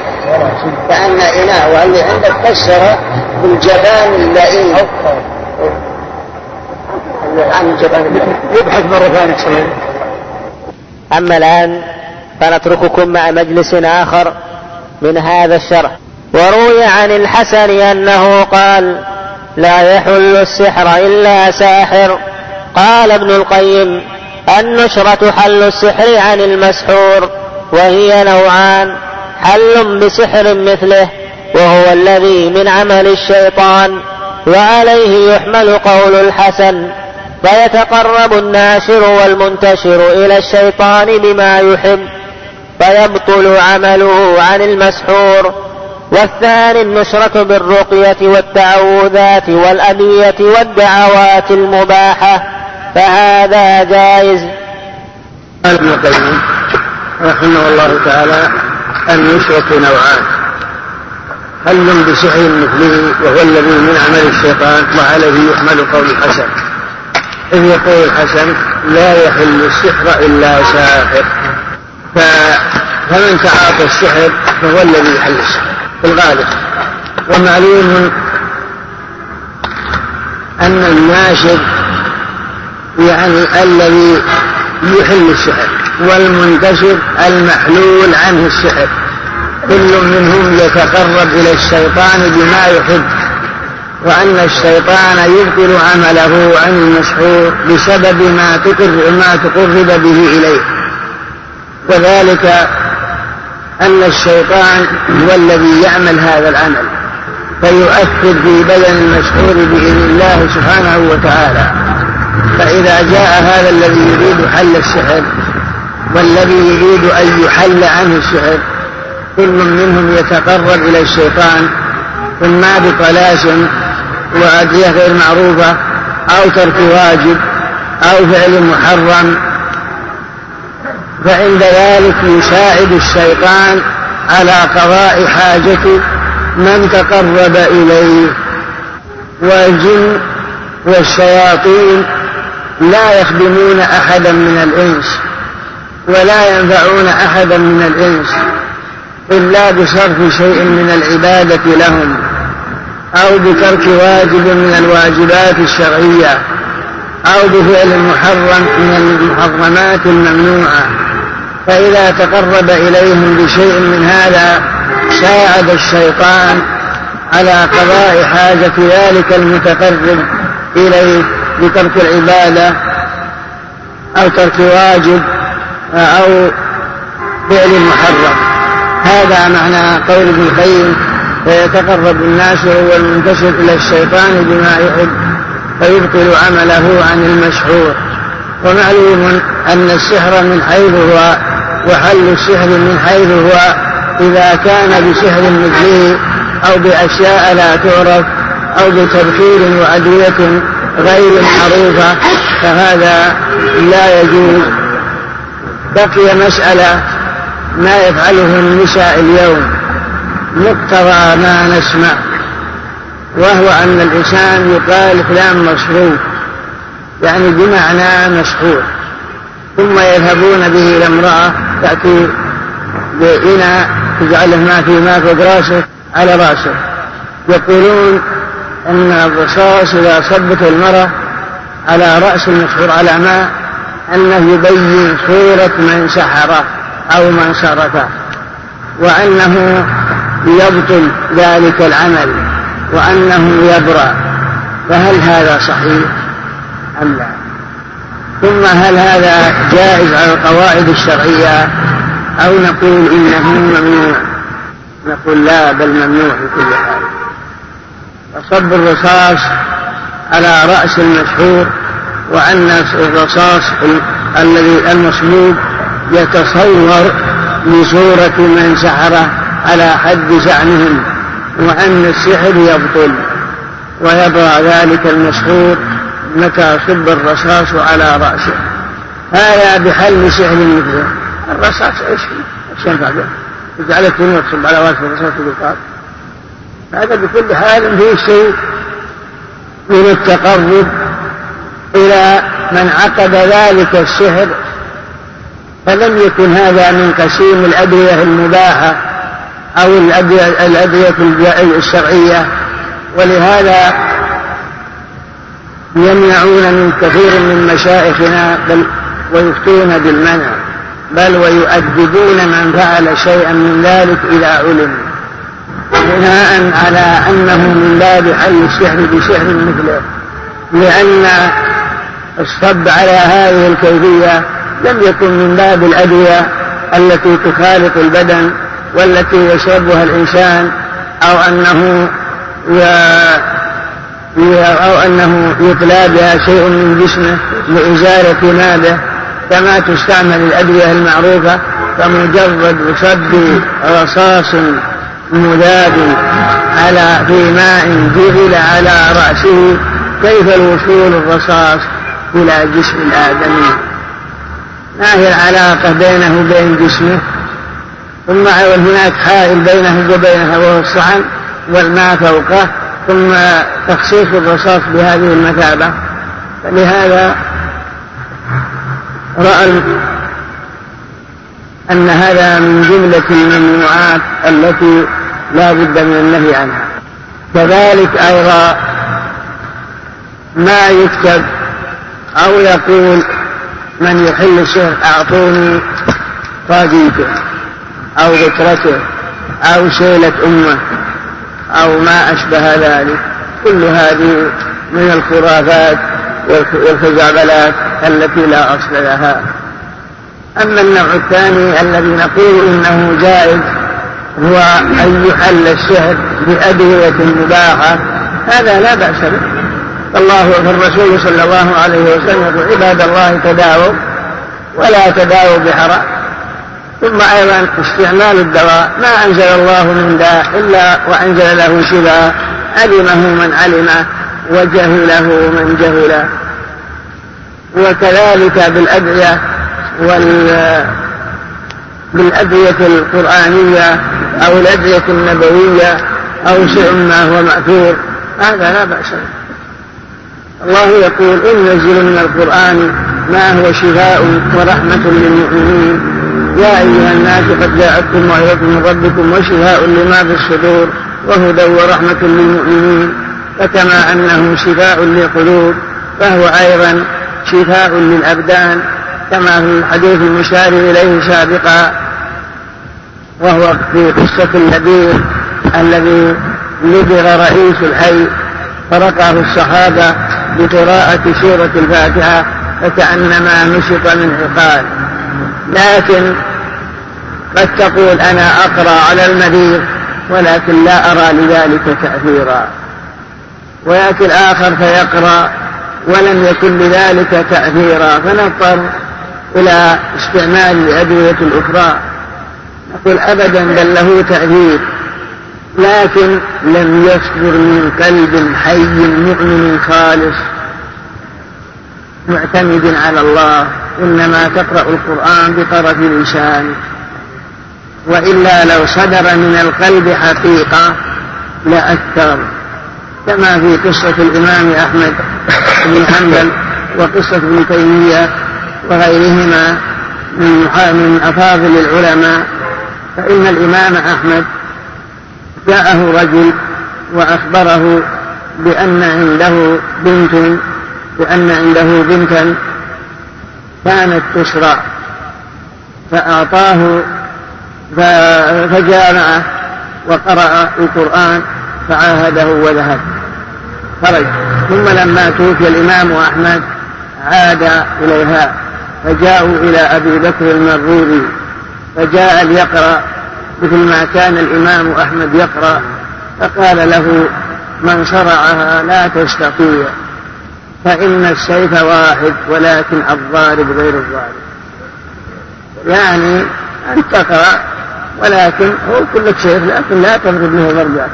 إناء واللي عندك فسر بالجبان اللئيم. عن الجبان اللئيم يبحث مرة ثانية صليل. أما الآن فنترككم مع مجلس آخر من هذا الشرح. وروي عن الحسن أنه قال لا يحل السحر إلا ساحر. قال ابن القيم النشرة حل السحر عن المسحور، وهي نوعان: حل بسحر مثله وهو الذي من عمل الشيطان، وعليه يحمل قول الحسن، فيتقرب الناشر والمنتشر إلى الشيطان بما يحب فيبطل عمله عن المسحور. والثاني النشرة بالرقية والتعوذات والأدوية والدعوات المباحة، فهذا جائز. قال ابن القيم رحمه الله تعالى النشرة نوعان: حل بسحر مثله وهو الذي من عمل الشيطان، وعليه يحمل قول الحسن، إذ يقول الحسن لا يحل السحر إلا ساحر. فمن تعاطى السحر فهو الذي يحل السحر في الغالب. ومعلوم أن الناشر يعني الذي يحل السحر، والمنتشر المحلول عنه السحر، كل منهم يتقرب إلى الشيطان بما يحب، وأن الشيطان يبطل عمله عن المسحور بسبب ما تقرب به إليه، وذلك أن الشيطان هو الذي يعمل هذا العمل فيؤثر في بدن المسحور بإذن الله سبحانه وتعالى. فإذا جاء هذا الذي يريد حل السحر والذي يريد أن يحل عنه السحر، كل منهم يتقرب إلى الشيطان إما بطلاسم وأدعية غير معروفة أو ترك واجب أو فعل محرم، فعند ذلك يساعد الشيطان على قضاء حاجة من تقرب إليه. والجن والشياطين لا يخدمون أحدا من الإنس ولا ينفعون أحدا من الإنس إلا بصرف شيء من العبادة لهم أو بترك واجب من الواجبات الشرعية أو بفعل محرم من المحرمات الممنوعة. فإذا تقرب إليهم بشيء من هذا ساعد الشيطان على قضاء حاجة ذلك المتقرب إليه بترك العبادة أو ترك واجب أو فعل محرم. هذا معنى قول ابن القيم: فيتقرب الناس والمنتشر إلى الشيطان بما يحب فيبطل عمله عن المسحور. ومعلوم أن السحر من حيث هو وحل السحر من حيث هو إذا كان بسحر مثله أو بأشياء لا تعرف أو بتبخير وأدوية غير معروفة فهذا لا يجوز. بقي مسألة ما يفعله النساء اليوم مقتضى ما نسمع، وهو أن الإنسان يقال فلان مسحور، يعني بمعنى مسحور، ثم يذهبون به إلى امرأة تأتي بإناء تجعله ما فيه ماء فوق راسه على راسه، يقولون أن الرصاص إذا صبت المرأة على رأس المسحور على ماء أنه يبين صورة من سحره أو من صرفه، وأنه يبطل ذلك العمل وأنه يبرأ. فهل هذا صحيح أم لا؟ ثم هل هذا جائز على القواعد الشرعية أو نقول إنه ممنوع؟ نقول لا، بل ممنوع في كل حال. فصب الرصاص على رأس المسحور، وأن الرصاص الذي المصلوب يتصور بصورة من سحره على حد زعمهم، وأن السحر يبطل ويبرأ ذلك المسحور متى صب الرصاص على رأسه. هذا بحل سحر مثله. الرصاص ايش ينفع به؟ يجعلك تنوى تصب على رأس الرصاص بالقاب. هذا بكل حال فيه شيء من التقرب إلى من عقد ذلك السحر، فلم يكن هذا من قسيم الأدوية المباحة أو الأدوية الشرعية، ولهذا يمنعون من كثير من مشايخنا بل ويفتون بالمنع، بل ويؤدبون من فعل شيئا من ذلك إذا علم، بناء على أنه من باب حل السحر بسحر مثله، لأن الصب على هذه الكيفية لم يكن من باب الأدوية التي تخالط البدن والتي يشربها الإنسان، أو أنه يطلى بها شيء من جسمه لإزالة ما به، كما تستعمل الأدوية المعروفة، فمجرد صب رصاص مذاب في ماء جعل على رأسه، كيف الوصول الرصاص إلى جسم الآدمي؟ ما هي العلاقة بينه وبين جسمه؟ ثم هناك حائل بينه وبينه وهو الصحن والماء فوقه، ثم تخصيص الرصاص بهذه المثابة. فلهذا رأى أن هذا من جملة الممنوعات التي لا بد من النهي عنها. كذلك أيضا ما يكتب أو يقول من يحل الشهر أعطوني طاقيته أو ذكرته أو شيلة أمه أو ما أشبه ذلك، كل هذه من الخرافات والخزعبلات التي لا أصل لها. أما النوع الثاني الذي نقول إنه جائز هو أن يحل الشهر بأدوية مباحة، هذا لا بأس به. فالرسول صلى الله عليه وسلم يقول عباد الله تداووا ولا تداووا بحرام. ثم أيضا استعمال الدواء، ما أنزل الله من داء إلا وأنزل له شفاء، علمه من علمه وجهله من جهله. وكذلك بالأدعية القرآنية أو الأدعية النبوية أو شيء ما هو مأثور، هذا لا بأس به. الله يقول إن نزل من القرآن ما هو شفاء ورحمة للمؤمنين يا أيها الناس قد جاءتكم موعظة من ربكم وشفاء لما في الصدور وهدى ورحمة للمؤمنين. فكما أنه شفاء للقلوب فهو أيضا شفاء للأبدان، كما في الحديث المشار إليه سابقا، وهو في قصة النبي الذي لدغ رئيس الحي فرقه الصحابة بقراءة سورة الفاتحة فكأنما نشط من عقال. لكن قد تقول أنا أقرأ على المريض ولكن لا أرى لذلك تأثيرا، ويأتي الآخر فيقرأ ولم يكن لذلك تأثيرا، فنضطر إلى استعمال الأدوية الأخرى. نقول أبدا بل له تأثير، لكن لم يصدر من قلب حي مؤمن خالص معتمد على الله، إنما تقرأ القرآن بطرف لسانه. وإلا لو صدر من القلب حقيقة لأثر، كما في قصة الإمام أحمد بن حنبل وقصة ابن تيمية وغيرهما من أفاضل العلماء. فإن الإمام أحمد جاءه رجل وأخبره بأن عنده بنتا كانت تسرع، فأعطاه فجاء معه وقرأ القرآن فعاهده وذهب خرج. ثم لما توفي الإمام أحمد عاد إليها، فجاءوا إلى أبي بكر المروذي فجاء ليقرأ مثل ما كان الإمام أحمد يقرأ، فقال له من صرعها لا تستطيع، فإن السيف واحد ولكن الضارب غير الضارب، يعني أن تقرأ ولكن هو كل سيف لكن لا تضرب له ضربات.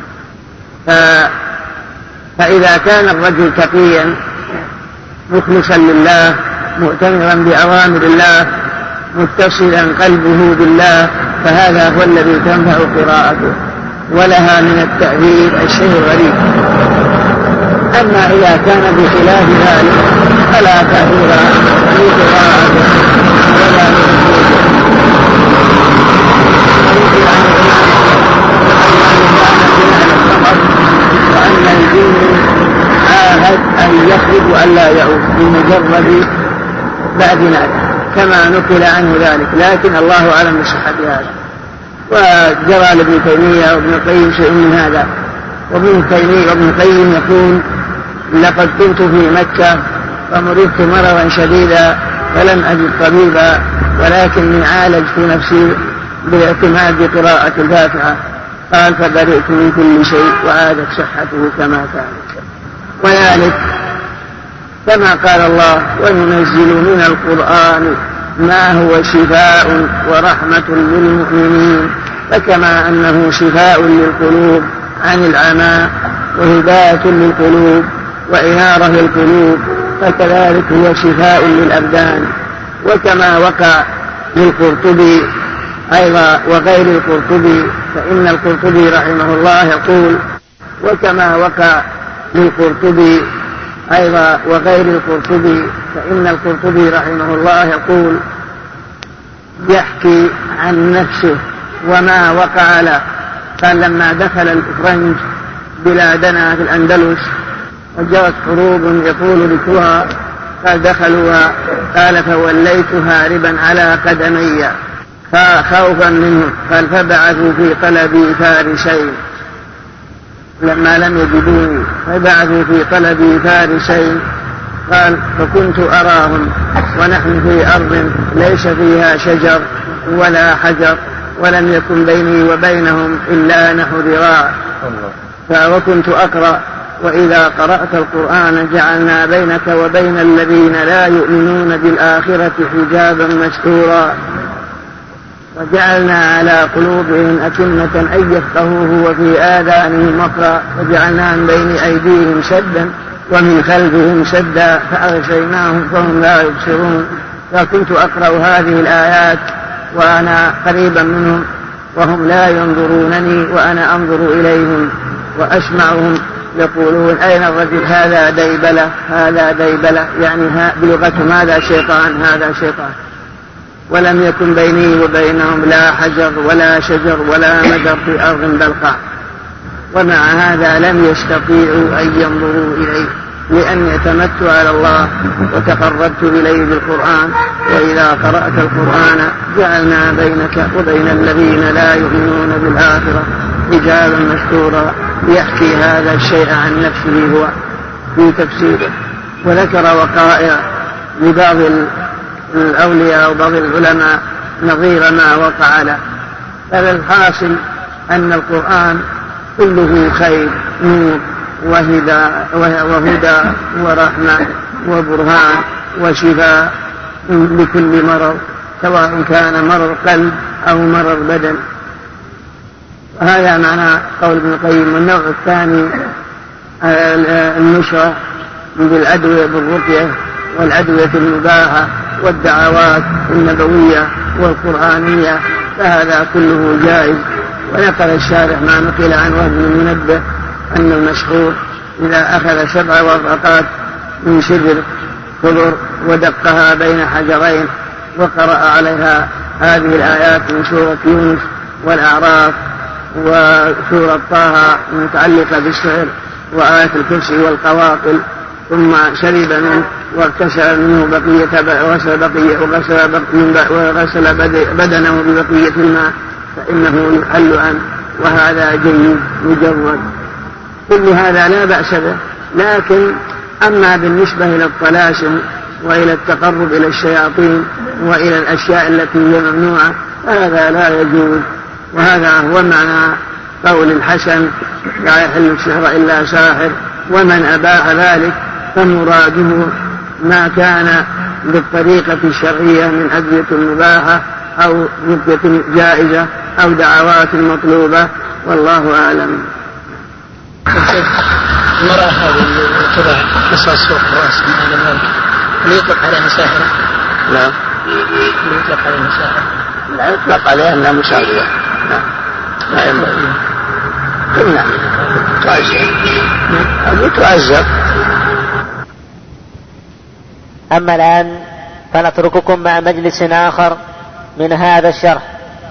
فإذا كان الرجل تقيا مخلصا لله مؤتمرا بأوامر الله متصلا قلبه بالله، فهذا هو الذي تنفع قراءته ولها من التأثير الشيء الغريب. أما إذا كان بخلاف ذلك فلا تأثير في قراءته ولا وأن الجن عاهد أن يخرج وألا يعود بمجرد بأذنه كما نقل عنه ذلك، لكن الله أعلم بصحة هذا. وجرى لابن تيمية وابن القيم شيء من هذا. وابن القيم يقول لقد كنت في مكة فمرضت مرضا شديدا فلم أجد طبيبا، ولكني عالجت نفسي بالاعتماد بقراءة الفاتحة. قال فبرئت من كل شيء وعادت صحته كما كانت. وذلك كما قال الله وننزل من القرآن ما هو شفاء ورحمة للمؤمنين. فكما أنه شفاء للقلوب عن العمى وهداية للقلوب وإنارة للقلوب، فكذلك هو شفاء للأبدان. وكما وقع للقرطبي أيضا وغير القرطبي، فإن القرطبي رحمه الله يقول وكما وقع للقرطبي أيضا وغير القرطبي، فإن القرطبي رحمه الله يقول يحكي عن نفسه وما وقع له. قال لما دخل الإفرنج بلادنا في الأندلس وجرت حروب يقول لكوها، قال دخلوا قال فوليت هاربا على قدمي خوفا منه. قال فبعثوا في طلبي فارسين لما لم يجدوني، فبعثوا في طلبي فارسين. قال فكنت أراهم ونحن في أرض ليس فيها شجر ولا حجر ولم يكن بيني وبينهم إلا نحو ذراع. وكنت أقرأ وإذا قرأت القرآن جعلنا بينك وبين الذين لا يؤمنون بالآخرة حجابا مستورا وجعلنا على قلوبهم أكنة أن يفقهوه وفي آذانهم وقرا وجعلنا من بين أيديهم سدا ومن خلفهم سدا فأغشيناهم فهم لا يبصرون. فكنت أقرأ هذه الآيات وأنا قريبا منهم وهم لا ينظرونني وأنا أنظر إليهم وأسمعهم يقولون أين الرجل هذا ديبلة هذا ديبلة، يعني بلغتهم هذا شيطان هذا شيطان. ولم يكن بيني وبينهم لا حجر ولا شجر ولا مدر في أرض بلقاء. ومع هذا لم يستطيعوا أن ينظروا إليه لأني اعتمدت على الله وتقربت إليه بالقرآن. وإذا قرأت القرآن جعلنا بينك وبين الذين لا يؤمنون بالآخرة حجابا مستورا. يحكي هذا الشيء عن نفسه هو في تفسيره. وذكر وقائع لبعض الأولياء وبعض العلماء نظير ما وقع له. فالحاصل أن القرآن كله خير نور وهدى ورحمة وبرهان وشفاء لكل مرض سواء كان مرض قلب أو مرض بدن. هذا معنى قول ابن القيم. والنوع الثاني النشرة بالأدوية بالرقية والأدوية المباحة والدعوات النبوية والقرآنية، فهذا كله جائز. ونقل الشارح ما نقل عن وهب بن منبه أن المشهور إذا أخذ 7 ورقات من شجر خضر ودقها بين حجرين وقرأ عليها هذه الآيات من سورة يونس والأعراف وسورة طه المتعلقة بالسحر وآية الكرسي والقواقل ثم شرب منه واغتسل منه وغسل بدنه ببقية الماء فإنه يحل عنه، وهذا جيد مجرد. كل هذا لا بأس به. لكن أما بالنسبة إلى الطلاسم وإلى التقرب إلى الشياطين وإلى الأشياء التي هي ممنوعة هذا لا يجوز. وهذا هو معنى قول الحسن لا يحل السحر إلا ساحر. ومن أباح ذلك فمراده ما كان بالطريقة الشرعية من أدوية مباحة أو رقية جائزة أو دعوات مطلوبة، والله أعلم. المرأة هذه اللي تضع قصاص فوق رأسها على الموت هل يطلق عليها ساحرة؟ لا. هل يطلق عليها ساحرة؟ لا يطلق عليها أنها مساوية. لا ينبغي. قلنا تعزر. أما الآن فنترككم مع مجلس آخر من هذا الشرح.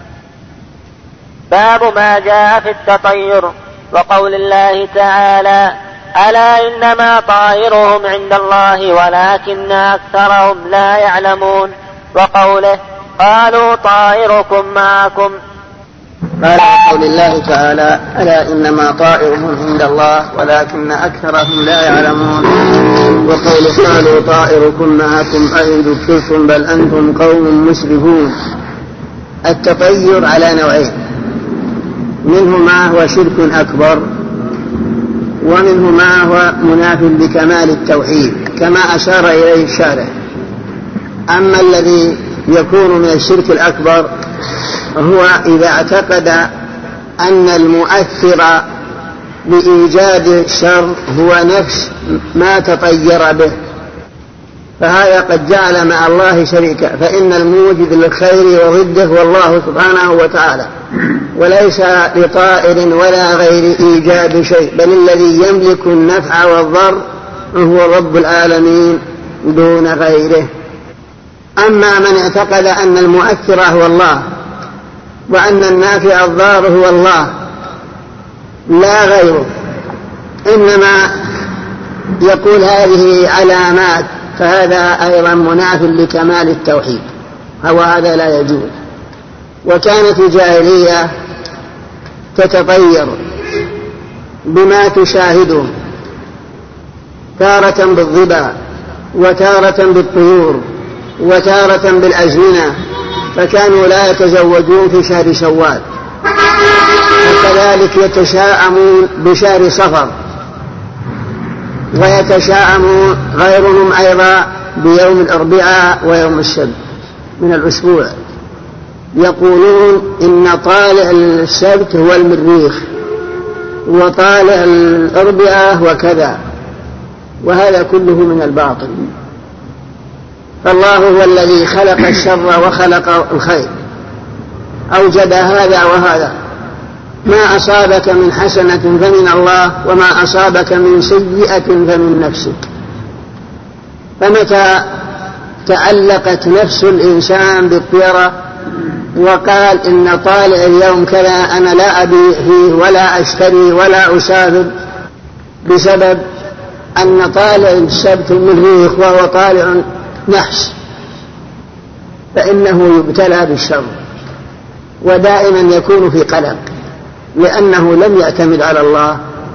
باب ما جاء في التطير وقول الله تعالى ألا إنما طائرهم عند الله ولكن أكثرهم لا يعلمون، وقوله قالوا طائركم معكم. قال قول الله تعالى ألا إنما طائرهم عند الله ولكن أكثرهم لا يعلمون، وقول قالوا طائركم معكم أئن ذكرتم بل أنتم قوم مسرفون. التطير على نوعين، منه ما هو شرك أكبر ومنه ما هو مناف بكمال التوحيد كما أشار إليه الشارح. أما الذي يكون من الشرك الأكبر هو إذا اعتقد أن المؤثر بإيجاد الشر هو نفس ما تطير به، فهذا قد جعل مع الله شريكا، فإن الموجد للخير وضده هو الله سبحانه وتعالى، وليس لطائر ولا غير إيجاد شيء، بل الذي يملك النفع والضر هو رب العالمين دون غيره. أما من اعتقد أن المؤثر هو الله وأن النافع الضار هو الله لا غيره، إنما يقول هذه علامات، فهذا أيضا مناف لكمال التوحيد، وهذا لا يجوز. وكانت الجاهلية تتطير بما تشاهده، تارة بالظبا وتارة بالطيور وتارة بالأزمنة، فكانوا لا يتزوجون في شهر شوال، وكذلك يتشاءمون بشهر صفر، ويتشاءم غيرهم أيضا بيوم الأربعاء ويوم السبت من الأسبوع، يقولون إن طالع السبت هو المريخ وطالع الأربعاء وكذا، وهذا كله من الباطل. فالله هو الذي خلق الشر وخلق الخير، أوجد هذا وهذا، ما أصابك من حسنة فمن الله وما أصابك من سيئة فمن نفسك. فمتى تعلقت نفس الإنسان بالطيرة وقال إن طالع اليوم كذا أنا لا أبيع فيه ولا أشتري ولا أسافر بسبب أن طالع السبت المريخ وهو طالع نحس، فإنه يبتلى بالشر ودائما يكون في قلق، لأنه لم يعتمد على الله،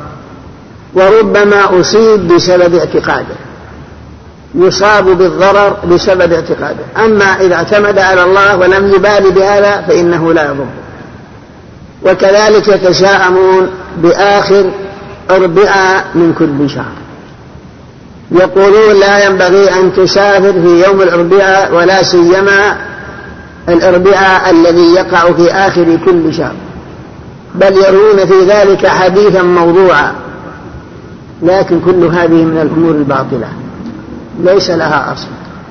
وربما أصيب بسبب اعتقاده، يصاب بالضرر بسبب اعتقاده. أما إذا اعتمد على الله ولم يبالي بهذا فإنه لا يضر. وكذلك يتشاءمون بآخر أربعاء من كل شهر، يقولون لا ينبغي أن تسافر في يوم الأربعاء ولا سيما الأربعاء الذي يقع في آخر كل شهر، بل يرون في ذلك حديثا موضوعا. لكن كل هذه من الأمور الباطلة ليس لها أصل.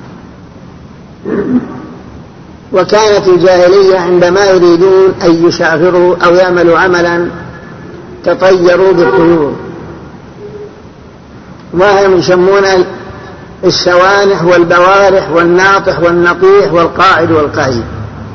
وكانت الجاهلية عندما يريدون أن يسافروا أو يعملوا عملا تطيروا بالطيور، وهم يسمون السوانح والبوارح والناطح والنطيح والقائد والقعيد.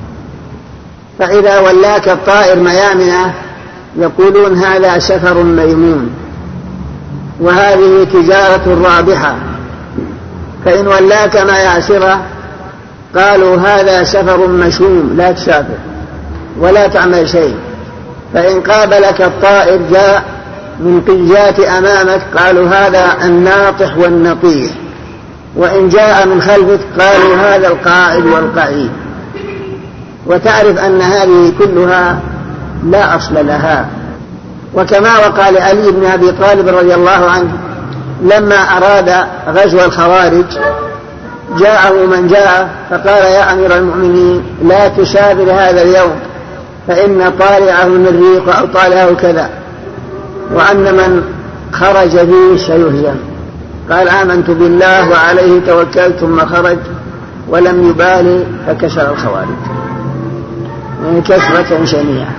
فإذا ولاك الطائر ميامنة يقولون هذا سفر ميمون وهذه تجارة رابحة، فإن ولاك مياسرة قالوا هذا سفر مشوم لا تسافر ولا تعمل شيء. فإن قابلك الطائر جاء من قيات أمامك قالوا هذا الناطح والنطيح، وإن جاء من خلفك قالوا هذا القائد والقعيد. وتعرف أن هذه كلها لا أصل لها. وكما وقال علي بن أبي طالب رضي الله عنه لما أراد غزو الخوارج جاءه من جاء فقال يا أمير المؤمنين لا تسافر هذا اليوم فإن طالعه المريخ أو طالعه كذا، وأن من خرج فيه سيهزم. قال آمنت بالله وعليه توكلت، ثم خرج ولم يبالي فكسر الخوارج يعني كسرة شنيعة.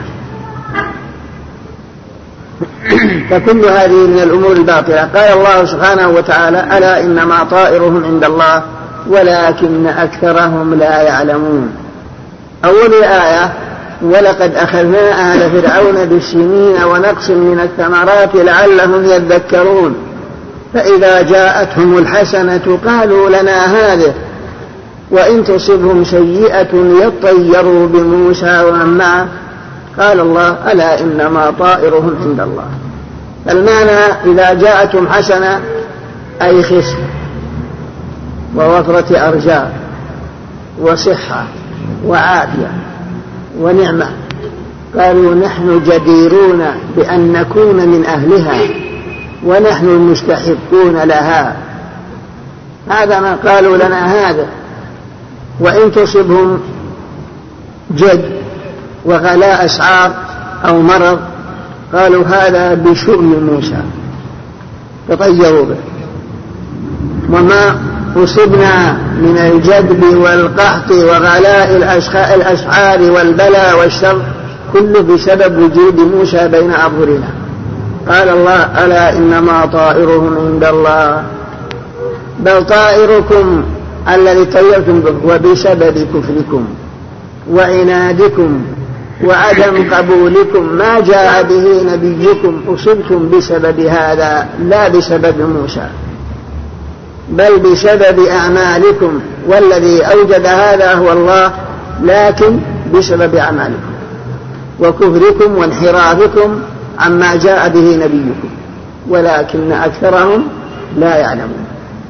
فكل هذه من الأمور الباطلة. قال الله سبحانه وتعالى ألا إنما طائرهم عند الله ولكن أكثرهم لا يعلمون. أول الآية ولقد أخذنا آل فرعون بالسنين ونقص من الثمرات لعلهم يذكرون فإذا جاءتهم الحسنة قالوا لنا هذه وإن تصبهم سيئة يطيروا بموسى ومن معه قال الله ألا إنما طائرهم عند الله. المعنى إذا جاءتهم حسنة أي خصم ووفرة أرجاء وصحة وعافية ونعمة قالوا نحن جديرون بأن نكون من أهلها ونحن المستحقون لها. هذا ما قالوا لنا هذا. وإن تصبهم جد وغلاء أسعار أو مرض قالوا هذا بشؤم موسى تطيروا به. وما أصبنا من الجدب والقحط وغلاء الأسعار والبلاء والشر كله بسبب وجود موسى بين أظهرنا. قال الله ألا إنما طائرهم عند الله بل طائركم الذي طيرتم به وبسبب كفركم وعنادكم وعدم قبولكم ما جاء به نبيكم أصبتم بسبب هذا لا بسبب موسى بل بسبب أعمالكم والذي أوجد هذا هو الله لكن بسبب أعمالكم وكفركم وانحرافكم عما جاء به نبيكم ولكن أكثرهم لا يعلمون.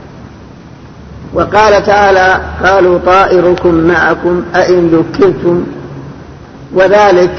وقال تعالى قالوا طائركم معكم أئن ذكرتم وذلك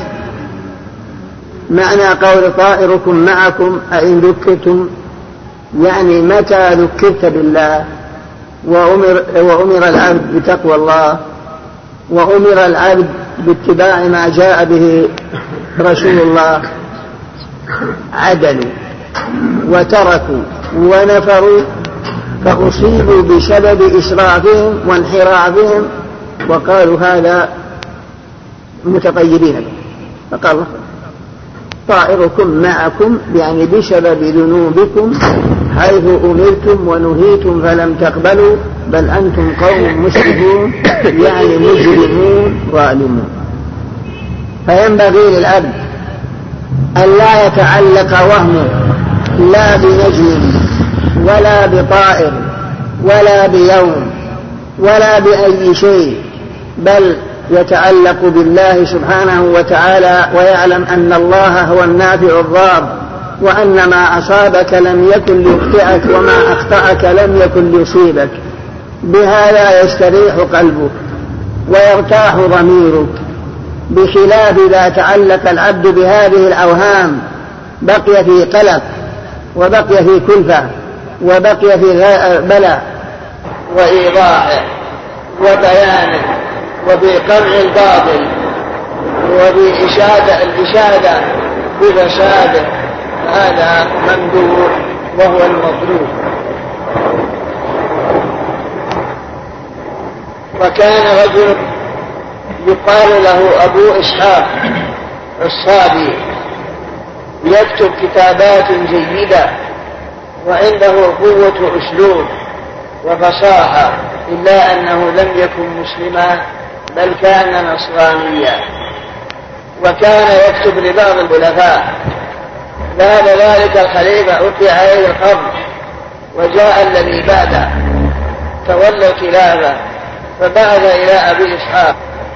معنى قول طائركم معكم أئن ذكرتم يعني متى ذكرت بالله وأمر العبد بتقوى الله وأمر العبد باتباع ما جاء به رسول الله عدلوا وتركوا ونفروا فأصيبوا بسبب إسرافهم وانحرافهم وقالوا هذا متطيبين به. فقال الله طائركم معكم يعني بسبب ذنوبكم حيث أمرتم ونهيتم فلم تقبلوا بل أنتم قوم مسرفون يعني مجرمون ظالمون. فينبغي للعبد أن لا يتعلق وهمه لا بنجم ولا بطائر ولا بيوم ولا بأي شيء بل يتعلق بالله سبحانه وتعالى ويعلم أن الله هو النافع الضار وأن ما أصابك لم يكن ليخطئك وما أخطأك لم يكن ليصيبك. بهذا يستريح قلبك ويرتاح ضميرك بخلاف إذا تعلق العبد بهذه الأوهام بقي في قلق وبقي في كلفة وبقي في بلاء وإيضاح وبيان وبقمع الباطل وبإشادة بفساده هذا ممدوح وهو المطلوب. وكان رجل يقال له أبو إسحاق الصابي يكتب كتابات جيدة وعنده قوة أسلوب وفصاحة إلا أنه لم يكن مسلما بل كان نصرانيا وكان يكتب لبعض الخلفاء. بعد ذلك الخليفة ألقي عليه القبض وجاء الذي بعده تولى الخلافة فبعث إلى أبي إسحاق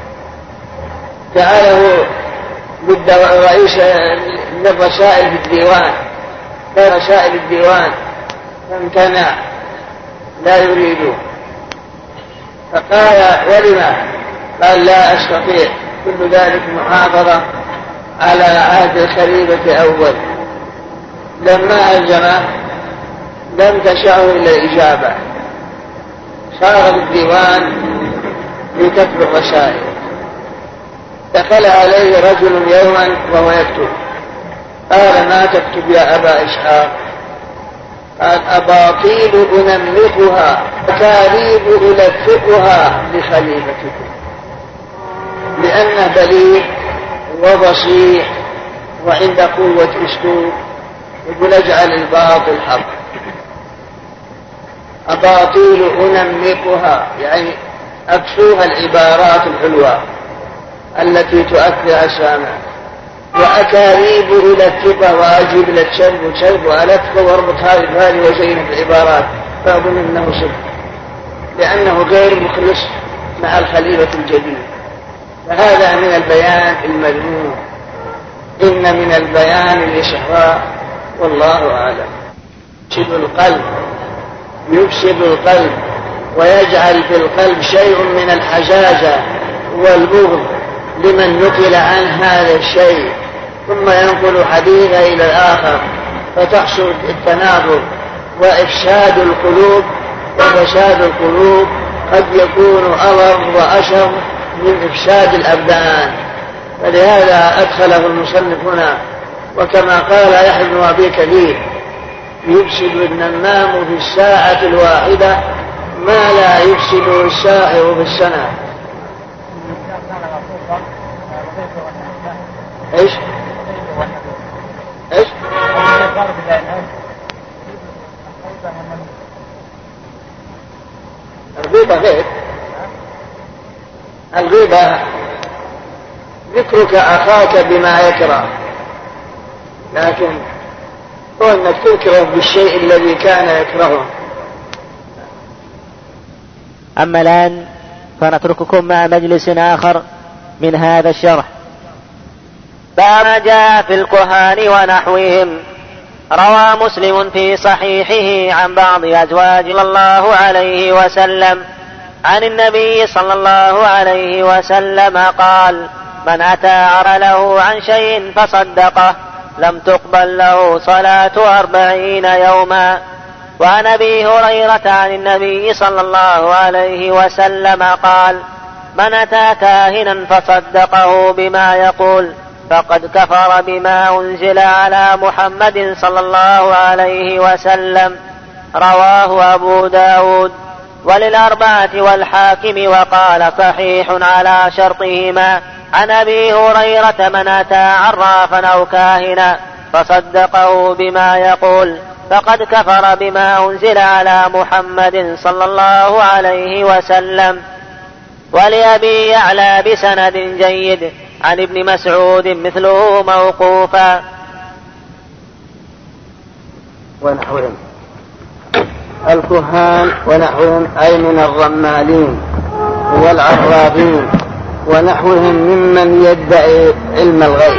جعله رئيس للرسائل في الديوان رسائل الديوان فامتنع لا يريده فقال ولما قال لا أستطيع كل ذلك محافظة على عهد الخليفة أول. لما ألزمه لم تشعه إلا الإجابة صار الديوان لكتب الرسائل. دخل عليه رجل يوما وهو يكتب قال ما تكتب يا أبا إسحاق؟ قال أباطيل أنمقها أكاذيب ألفقها لخليفتكم لأنه بليغ وبصير وعند قوة أسلوب يقول اجعل الباطل حق. أباطيل أنمقها يعني أكسوها العبارات الحلوة التي تؤثر السامع وأكاذيب ألفقها وأجيب لك شرب وألفق واربط هذه بهذه وزينة العبارات فأظن أنه صدق لأنه غير مخلص مع الخليفة الجديد. فهذا من البيان المذموم إن من البيان الإشعراء والله أعلم. يفسد القلب ويجعل في القلب شيء من الحزازة والبغض لمن نقل عن هذا الشيء ثم ينقل حديثه إلى الآخر فتحصل التنافر وإفساد القلوب. وفساد القلوب قد يكون أضر وأشر من إفساد الأبدان. فلهذا أدخله المصنف هنا وكما قال يحيى بن أبي كثير يفسد النمام في الساعة الواحدة ما لا يفسد الساحر في السنة. ايش الربيع الغيبة غير الغيبة ذكرك أخاك بما يكره، لكن هو أنك تذكره بالشيء الذي كان يكرهه. أما الآن فنترككم مع مجلس آخر من هذا الشرح. باب جاء في الكهان ونحوهم. روى مسلم في صحيحه عن بعض أزواج صلى الله عليه وسلم عن النبي صلى الله عليه وسلم قال: من أتى عرله عن شيء فصدقه لم تقبل له صلاة 40 يوما. وعن أبي هريرة عن النبي صلى الله عليه وسلم قال: من أتى كاهنا فصدقه بما يقول فقد كفر بما أنزل على محمد صلى الله عليه وسلم. رواه أبو داود وللأربعة والحاكم وقال صحيح على شرطهما. عن أبي هريرة: من أتى عرافا أو كاهنا فصدقه بما يقول فقد كفر بما أنزل على محمد صلى الله عليه وسلم. ولأبي يعلى بسند جيد عن ابن مسعود مثله موقوفا. ونحوهم الكهان ونحوهم أي من الرمالين والعرافين ونحوهم ممن يدعي علم الغيب.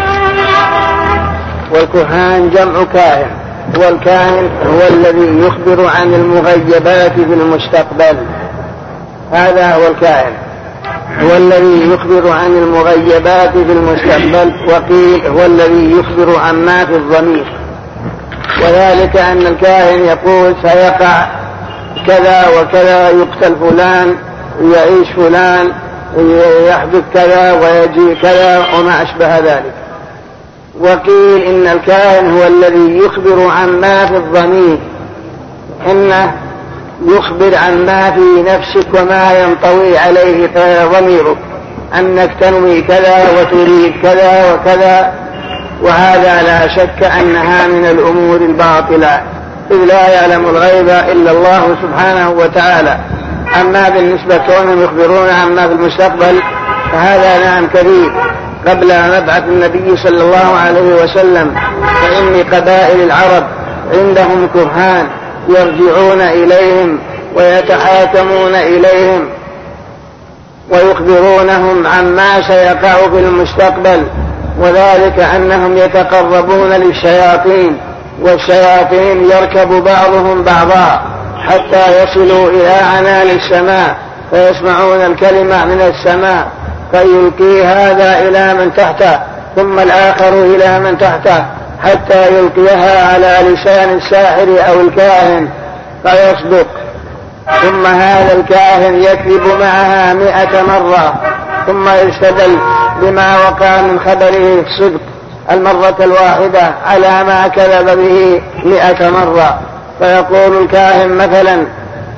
والكهان جمع كاهن، والكاهن هو الذي يخبر عن المغيبات في المستقبل. هذا هو الكاهن، هو الذي يخبر عن المغيبات في المستقبل. وقيل هو الذي يخبر عما في الضمير، وذلك أن الكاهن يقول سيقع كذا وكذا، يقتل فلان، يعيش فلان، يحدث كذا ويجي كذا وما أشبه ذلك. وقيل إن الكاهن هو الذي يخبر عما في الضمير، إنه يخبر عن ما في نفسك وما ينطوي عليه ضميرك، أنك تنوي كذا وتريد كذا وكذا. وهذا لا شك أنها من الأمور الباطلة، إذ لا يعلم الغيب إلا الله سبحانه وتعالى. أما بالنسبة كونهم يخبرون عما في المستقبل فهذا نعم كبير. قبل مبعث النبي صلى الله عليه وسلم فإن قبائل العرب عندهم كهان يرجعون إليهم ويتحاكمون إليهم ويخبرونهم عما سيقع في المستقبل، وذلك أنهم يتقربون للشياطين، والشياطين يركب بعضهم بعضا حتى يصلوا إلى عنان السماء فيسمعون الكلمة من السماء فيلقي هذا إلى من تحته ثم الآخر إلى من تحته حتى يلقيها على لسان الساحر أو الكاهن فيصدق. ثم هذا الكاهن يكذب معها 100 مرة ثم يستدل بما وقع من خبره الصدق المرة الواحدة على ما كذب به 100 مرة. فيقول الكاهن مثلا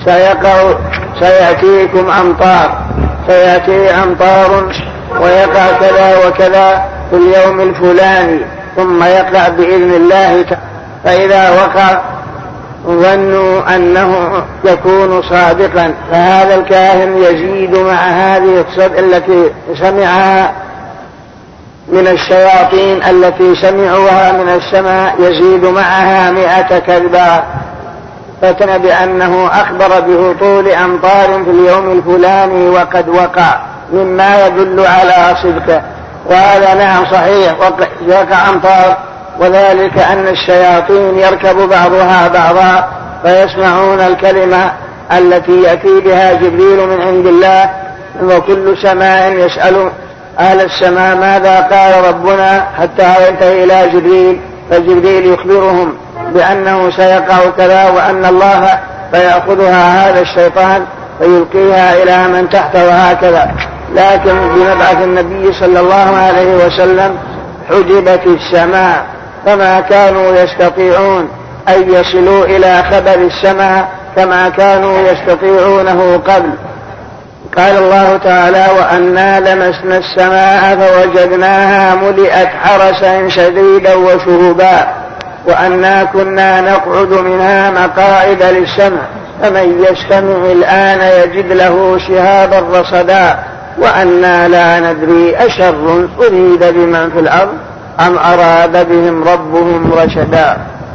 سيأتيكم أمطار، سيأتي أمطار ويقع كذا وكذا في اليوم الفلاني، ثم يقع بإذن الله تعالى. فإذا وقع ظنوا أنه يكون صادقا، فهذا الكاهن يزيد مع هذه الصدق التي سمعها من الشياطين التي سمعوها من السماء، يزيد معها 100 كذبا. فتن بأنه أخبر بهطول أمطار في اليوم الفلاني وقد وقع، مما يدل على صدقه. وهذا نعم صحيح، وقع أمطار، وذلك أن الشياطين يركب بعضها بعضا فيسمعون الكلمة التي يأتي بها جبريل من عند الله. وكل سماء يسأل أهل السماء ماذا قال ربنا حتى ينتهي إلى جبريل، فجبريل يخبرهم بأنه سيقع كذا وأن الله فيأخذها هذا الشيطان فيلقيها إلى من تحته وهكذا. لكن بمبعث النبي صلى الله عليه وسلم حجبت السماء، فما كانوا يستطيعون أن يصلوا إلى خبر السماء كما كانوا يستطيعونه قبل. قال الله تعالى: وأنا لمسنا السماء فوجدناها ملئت حرسا شديدا وشهبا وأنا كنا نقعد منها مقاعد للسمع فمن يستمع الآن يجد له شهابا رصدا وأنا لا ندري أشر أريد بمن في الأرض أم أراد بهم ربهم رشدا.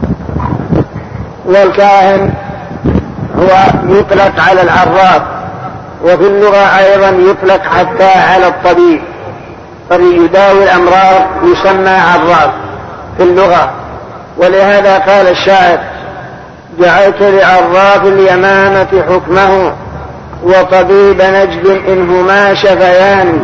والكاهن هو يطلق على العراف، وفي اللغة أيضا يطلق حتى على الطبيب، فليداوي الأمراض يسمى عراف في اللغة. ولهذا قال الشاعر: جعلت لعراف اليمامة حكمه وطبيب نجد إنهما شفيان.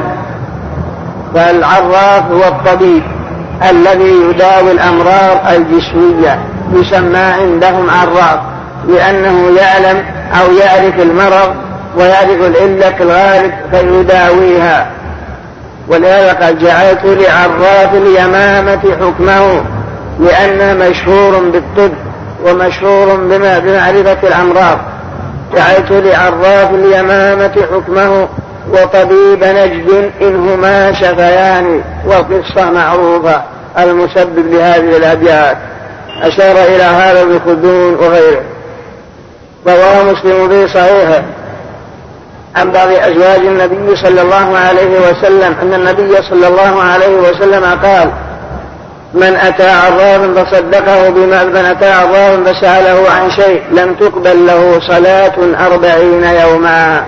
فالعراف هو الطبيب الذي يداوي الأمراض الجسمية، يسمى عندهم عراف لأنه يعلم أو يعرف المرض ويعرف العلة الغالب فيداويها. ولهذا قال: جعلت لعراف اليمامة حكمه، لأنه مشهور بالطب ومشهور بمعرفة الأمراض. جعلت لعراف اليمامة حكمه وطبيب نجد إنهما شفيان. والقصة معروفة المسبب لهذه الأبيات، أشار إلى هذا ابن خلدون وغيره. رواه مسلم في صحيحه عن بعض أزواج النبي صلى الله عليه وسلم أن النبي صلى الله عليه وسلم قال: من أتى عرافا فصدقه من أتى عرافا فسأله عن شيء لم تقبل له صلاة 40 يوما.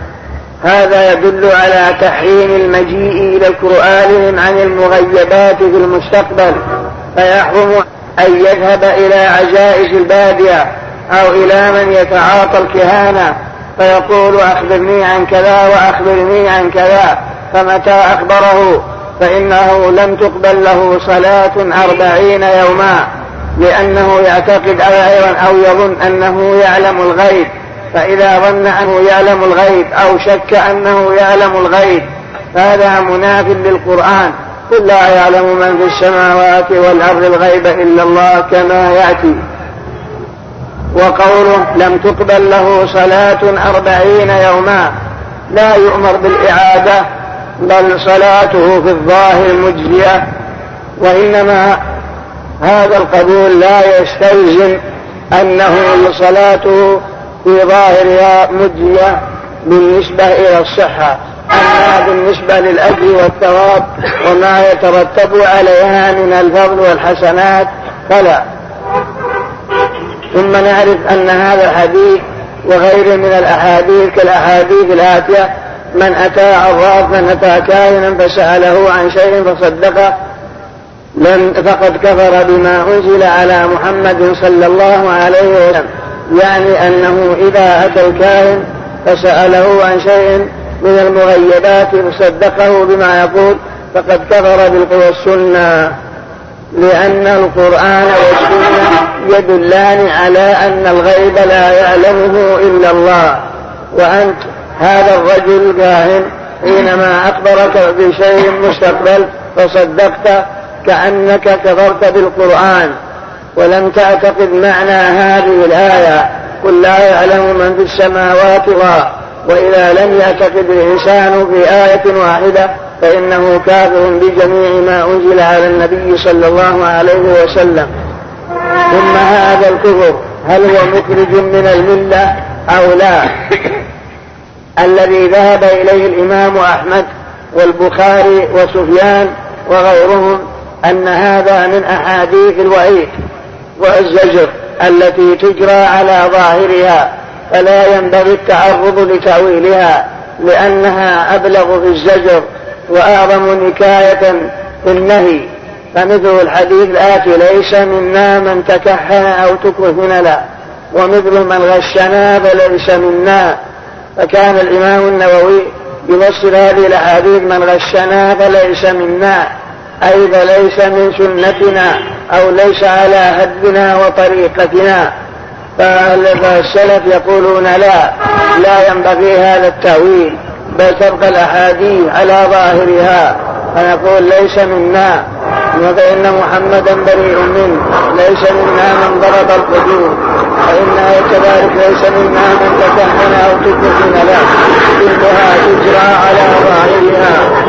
هذا يدل على تحريم المجيء إلى سؤالهم عن المغيبات في المستقبل، فيحرم أن يذهب إلى عجائز البادية أو إلى من يتعاطى الكهانة فيقول: أخبرني عن كذا وأخبرني عن كذا، فمتى أخبره فإنه لم تقبل له صلاة 40 يوما، لأنه يعتقد أو يظن أنه يعلم الغيب. فإذا ظن أنه يعلم الغيب أو شك أنه يعلم الغيب فهذا مناف للقرآن: قل لا يعلم من في السماوات والأرض الغيب إلا الله كما يأتي. وقوله لم تقبل له صلاة 40 يوما لا يؤمر بالإعادة، بل صلاته في الظاهر مجزية، وإنما هذا القبول لا يستلزم أنه صلاته في ظاهرها مجزية بالنسبة إلى الصحة، أما بالنسبة للأجر والثواب وما يترتب عليها من الفضل والحسنات فلا. ثم نعرف أن هذا الحديث وغيره من الأحاديث كالأحاديث الآتية: من أتى عراف من أتى كاهنا فسأله عن شيء فصدقه فقد كفر بما أنزل على محمد صلى الله عليه وسلم. يعني أنه إذا أتى الكاهن فسأله عن شيء من المغيبات فصدقه بما يقول فقد كفر بالسنة، لأن القرآن والسنة يدلان على أن الغيب لا يعلمه إلا الله. وأنت هذا الرجل الكاهن حينما أخبرك بشيء مستقبل فصدقت كأنك كفرت بالقرآن ولم تعتقد معنى هذه الآية: قل لا يعلم من في السماوات والأرض. وإذا لم يعتقد الإنسان في آية واحدة فإنه كافر بجميع ما أنزل على النبي صلى الله عليه وسلم. ثم هذا الكفر هل هو مخرج من الملة أو لا؟ الذي ذهب إليه الإمام أحمد والبخاري وسفيان وغيرهم أن هذا من أحاديث الوعيد والزجر التي تجرى على ظاهرها، فلا ينبغي التعرض لتأويلها لأنها أبلغ في الزجر وأعظم نكاية في النهي. فمثل الحديث الآتي: ليس منا من تكهن أو تكهن لا، ومثل من غشنا فليس منا. فكان الإمام النووي يفسر هذه الأحاديث: من غشنا فليس منا، أي فليس من سنتنا أو ليس على هدنا وطريقتنا. فالسلف يقولون لا ينبغي هذا التأويل، بل تبقى الأحاديث على ظاهرها، فنقول ليس منا، فإن محمدا بريء منه، ليس منا من ضرب الحدود، فإنها كذلك ليس منا من تكهن أو تكهن له، كلها تجرى على ظاهرها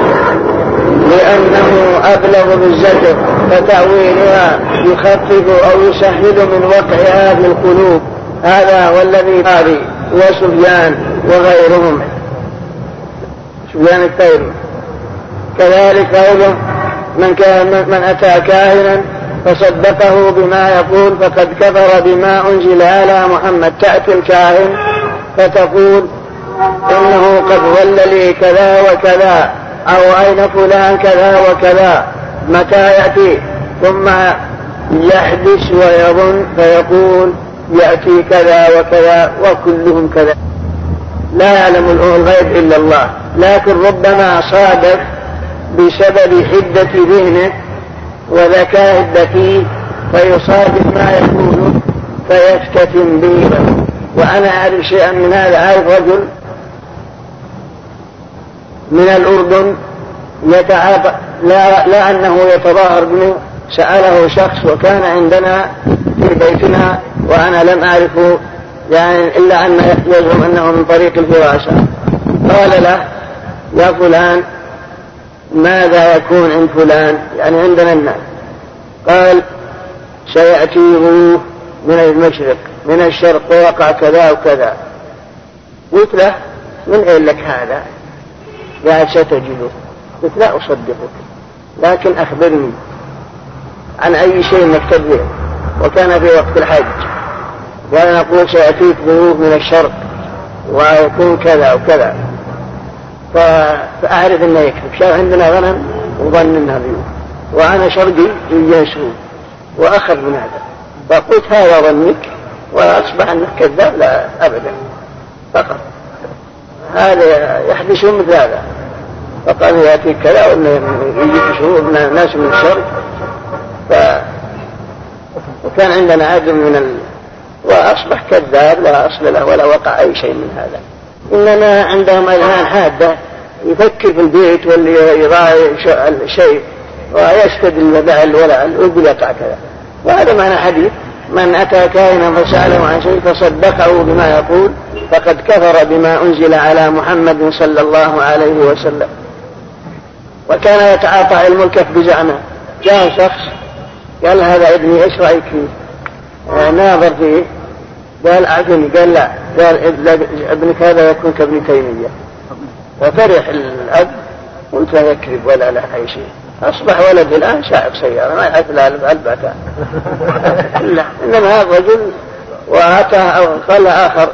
لأنه أبلغ بالزجر، فتأويلها يخفف أو يسهل من وقعها في القلوب. هذا والذي قال وسفيان وغيرهم سفيان الثوري. كذلك قوله من أتى كاهنا فصدقه بما يقول فقد كفر بما أنزل على محمد. تأتي الكاهن فتقول إنه قد ظل لي كذا وكذا أو أين فلان كذا وكذا، متى يأتي؟ ثم يحدث ويظن فيقول يأتي كذا وكذا وكلهم كذا. لا يعلم الغيب إلا الله، لكن ربما صادف بسبب حدة ذهنه وذكاء الذكي فيصادف ما يقول فيفتتن به. وأنا أعرف شيئا من هذا. أعرف رجل من الأردن يتعاطى، لا أنه يتظاهر منه، سأله شخص وكان عندنا في بيتنا وأنا لم أعرفه يعني إلا أن يزعم أنه من طريق الفراشة. قال له يا فلان ماذا يكون عند فلان يعني عندنا الناس؟ قال سيأتي ضيوف من المشرق من الشرق ويقع كذا وكذا. قلت له من أين لك هذا؟ قال ستجده. قلت لا أصدقك لكن أخبرني عن أي شيء نكتب به. وكان في وقت الحج قال نقول سيأتيك ضيوف من الشرق ويكون كذا وكذا، فأعرف أنه يكذب. شاف عندنا غنم وظن أنها ضيوف وأنا شرقي يجلسون وأخذ من هذا، فقلت هذا ظنك وأصبح أنك كذاب. لا أبدا فقط هذا يحدثون مثل هذا. فقال يأتيك كذا وأنه يجيك شهور من الناس من الشرق. وكان عندنا عدم من وأصبح كذاب لا أصل له ولا وقع أي شيء من هذا. إنما عندهم أذهان حادة يفكر في البيت واللي يراعي الشيء ويستدل بعل ولا ويقول يقع كذا. وهذا معنى حديث من أتى كاهنا فسأله عن شيء فصدقه بما يقول فقد كفر بما أنزل على محمد صلى الله عليه وسلم. وكان يتعاطى علم الكف بزعمه. جاء شخص قال هذا ابني ايش رأيك فيه؟ ناظر فيه قال أعجني. قال لا، قال ابنك هذا يكون كابن تيمية. ففرح الأب قلت لا يكذب ولا لا أي شيء. أصبح ولد الآن سائق سيارة ما يعرف لا البتة. لا إنما هذا رجل. وأتى أو قال آخر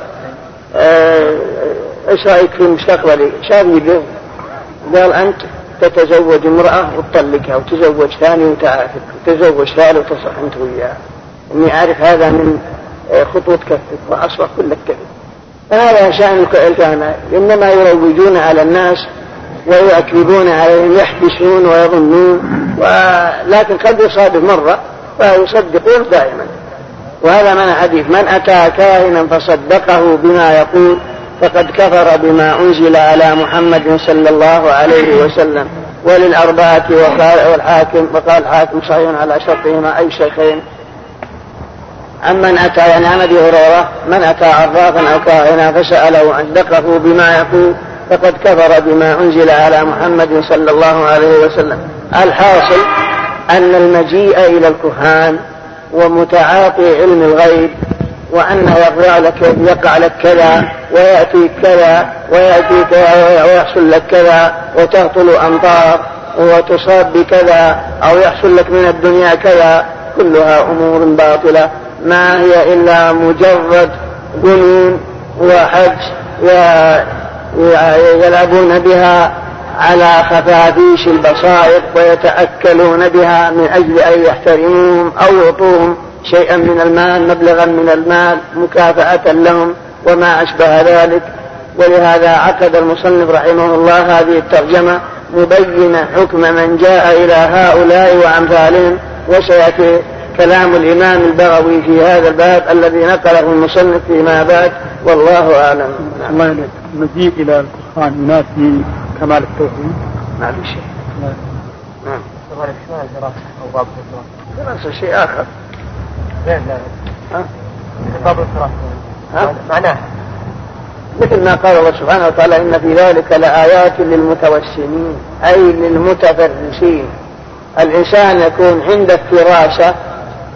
ايش رأيك في مستقبلي؟ شاب به قال أنت تتزوج امرأة وتطلقها وتزوج ثاني وتعافك وتزوج ثالث وتصح أنت وياها. إني أعرف هذا من خطوط كفك وأصبح كلك كذب. هذا شأن الكهنة إنما يروجون على الناس ويؤكدون عليهم يحبسون ويظنون لكن قد يصادف مرة فيصدقون دائما. وهذا من حديث من أتى كاهنا فصدقه بما يقول فقد كفر بما أنزل على محمد صلى الله عليه وسلم. وللأربعة والحاكم وقال الحاكم صحيح على شرطهما أي شيخين. أمن أتى يعني عن أبي هريرة من أتى عرافا أو كاهنا فسأله صدقه بما يقول فقد كفر بما أنزل على محمد صلى الله عليه وسلم. الحاصل أن المجيء إلى الكهان ومتعاطي علم الغيب وأنه يقع لك كذا ويأتي كذا ويأتي كذا ويحصل لك كذا وتهطل أمطار وتصاب بكذا أو يحصل لك من الدنيا كذا كلها أمور باطلة ما هي إلا مجرد جنون وحج يلعبون بها على خفافيش البصائر ويتأكلون بها من أجل أن يحترموهم أو يعطوهم شيئا من المال مبلغا من المال مكافأة لهم وما أشبه ذلك. ولهذا عقد المصنف رحمه الله هذه الترجمة مبين حكم من جاء إلى هؤلاء وأمثالهم. وسيأتي كلام الإمام البغوي في هذا الباب الذي نقله المصنف فيما بعد والله أعلم. المجيء إلى الكهان ينافي كمال التوحيد. ما في شيء. نعم. أو دراسة شيء آخر. لا. باب الفراش. معناه مثل ما قال الله سبحانه وتعالى إن في ذلك لآيات للمتوسمين أي للمتفرسين. الإنسان يكون عند الفراسة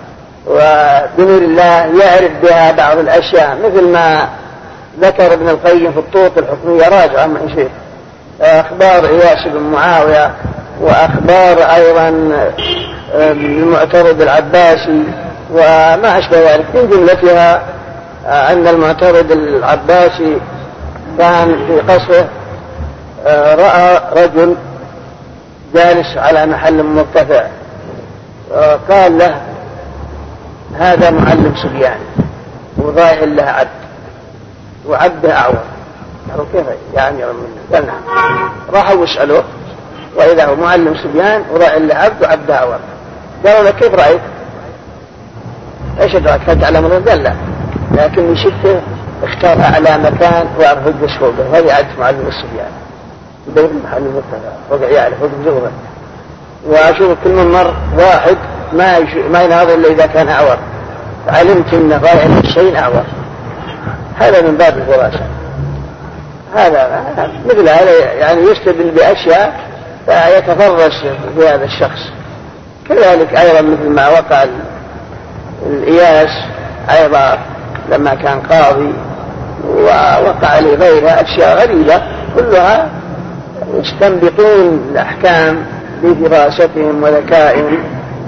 ودنور الله يعرف بها بعض الأشياء، مثل ما ذكر ابن القيم في الطرق الحكمية، راجع من شيء أخبار إياس بن معاوية، وأخبار أيضا المعترض العباسي وما أشبه ذلك. من جملتها أن المعترض العباسي كان في قصره رأى رجل جالس على محل مرتفع، قال له هذا معلم صبيان وضائع له عبد وعبده أعور. قالوا كيف يعني؟ قال نعم. راحوا يسألوه وإذا هو معلم صبيان وضائع له عبد وعبده أعور. قالوا له كيف رأيت؟ ايش ادراك؟ هل تعلم؟ قال لا، لكن شفته اختار أعلى مكان وأعرف يجلس فوقه، وهذا عد معلم الصبيان يدور محل مرتفع فوق عياله فوق زغبه. وأشوف كل من مر واحد ما يناظر إلا إذا كان أعور، علمت أن ضائع الشيء أعور. هذا من باب الفراسة. هذا مثل هذا يعني يستدل بأشياء فيتفرس في هذا الشخص. كذلك أيضا مثل ما وقع الإياس أيضا لما كان قاضي ووقع لغيرها أشياء غريبة كلها يستنبطون الأحكام بدراستهم وذكائهم.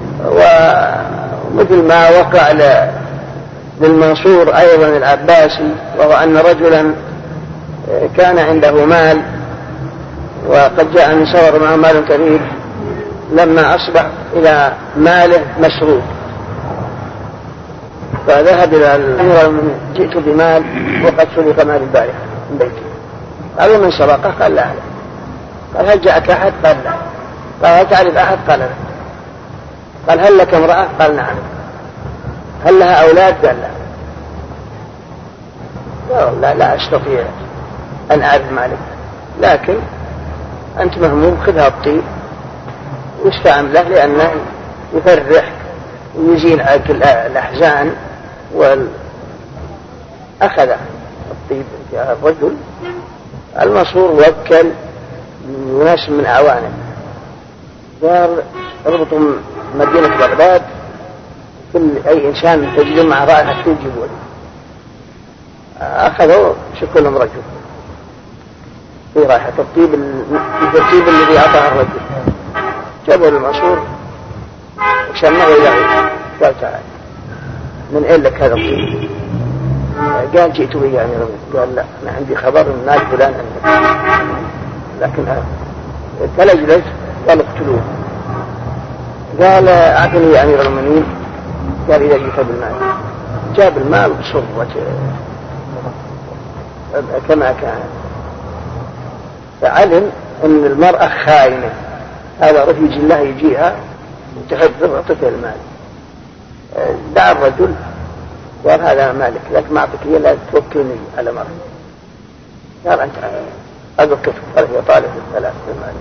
ومثل ما وقع للمنصور أيضا العباسي، وهو أن رجلا كان عنده مال وقد جاء من سور معه مال كبير، لما أصبح إلى ماله مسروق فذهب إلى الأمير جئت بمال وقد سرق مال البارحة من بيتي. قالوا من سرقه؟ قال لا أعلم. قال هل جاءك أحد؟ قال لا. قال هل تعرف أحد؟ قال لا. قال هل لك امرأة؟ قال نعم. هل لها أولاد؟ قال لا. لا أستطيع أن أعرف مالك، لكن أنت مهموم، خذها الطيب واستعمل له لأنه يفرح ويزيل عنك الأحزان. أخذ الطيب جاء الرجل المنصور وكل ناس من أعوانه، قال اربطوا مدينة بغداد، كل أي إنسان تجد مع رائحة تجيبوا لي. أخذوا شكوا لهم رجل في رائحة الطيب الذي أعطاه الرجل، جابوا المنصور وشمعوا إليه. قال تعال من أين لك هذا الطيب؟ قال جئت به يعني رجل. قال لا، أنا عندي خبر من مال فلان عندك، لكن تلجلج. قال اقتلوه. قال أعطني يا أمير المؤمنين. قال إذا جئت بالمال. جاب المال بصرة كما كان، فعلم أن المرأة خاينة، هذا رفيج الله يجيها وتحذر وتعطيه المال. دعا الرجل قال هذا مالك، لكن ما أعطيك إياه، لا توكلني على مرأة. قال أنت أذكر. قال هي طالب الثلاث بالمال.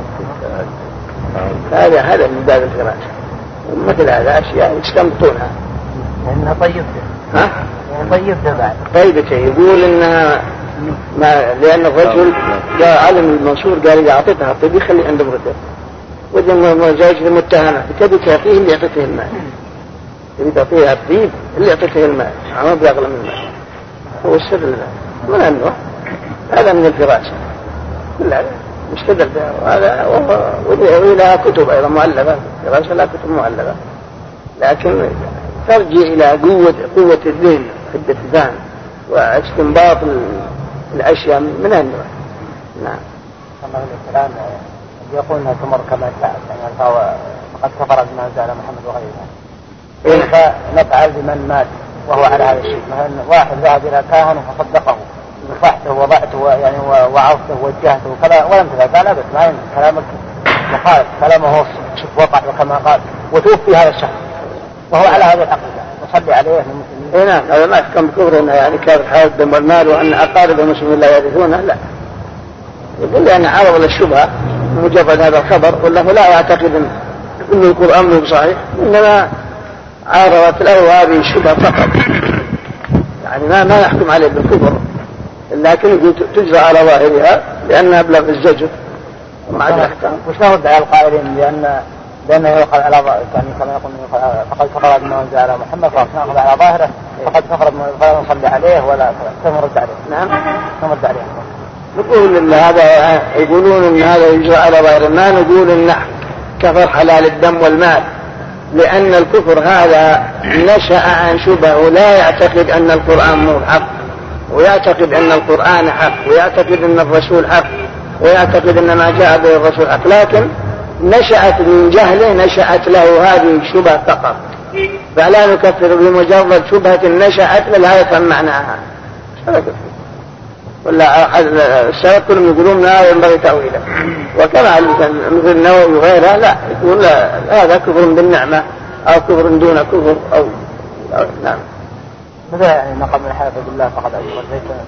هذا من باب الفراسة. مثل هذا أشياء يستنبطونها لأنها طيبته. ها؟ طيبته بعد. طيبته يقول إنها لأن الرجل جاء علم المنصور قال إذا أعطيتها الطيب يخلي عنده مرده، وإذا زوجته متهمة بتبي تعطيه اللي يعطيه المال، اللي تعطيها الطيب اللي يعطيه المال، ما بيغلى من المال. هو السر من أنه هذا من الفراسة. لا مستدل بها. هذا ولها كتب أيضا مؤلفة، فراسة لا كتب مؤلفة، لكن ترجع إلى قوة الذهن، حدة الذهن، واستنباط الأشياء من النوع. نعم. الله الكلام يقول أنها تمر كما شاءت، يعني فهو فقد كفر بما أنزل على محمد وغيره. كيف نفعل بمن مات وهو على هذا الشيء؟ مثلا واحد ذهب إلى كاهن فصدقه، نصحته ووضعته يعني وعظته ووجهته كذا ولم تفعل، قال أبد ما ينفع كلامك مخالف، كلامه هو شوف وقع وكما قال، وتوفي هذا الشخص وهو على هذا العقيدة، نصلي عليه المسلمين. نعم. هذا ما يحكم بكفر أنه يعني كان حال دم والمال وأن أقارب المسلمين لا يرثونه، لا. يقول لي أنا عرض للشبهة مجرد هذا الخبر، والله لا أعتقد أن القرآن منه صحيح، إنما عارضت له هذه الشبهة فقط، يعني ما يحكم عليه بالكفر، لكن تجرى على ظاهرها لأنها أبلغ الزجر مع الأحكام. وش نرد على القائلين لأنه يؤخذ على كما يقول فقد كفر بما أنزل على محمد فأخذ على ظاهره فقد كفر بما فلا نصلي عليه ولا نرد عليه. نعم نرد عليه. نقول إن هذا يقولون إن هذا يجرى على ظاهره، ما نقول إن كفر حلال الدم والمال، لأن الكفر هذا نشأ عن شبهه، لا يعتقد أن القرآن مو حق، ويعتقد أن القرآن حق، ويعتقد أن الرسول حق، ويعتقد أن ما جاء به الرسول حق، لكن نشأت من جهله، نشأت له هذه الشبهة فقط، فلا نكفر بمجرد شبهة نشأت لا يفهم معناها. ولا السلف كلهم يقولون لا ينبغي تأويله، وكما مثل النووي وغيرها لا يقول هذا كفر بالنعمة أو كفر دون كفر أو نعم. ماذا يعني نقل من حلف بالله فقد أجمل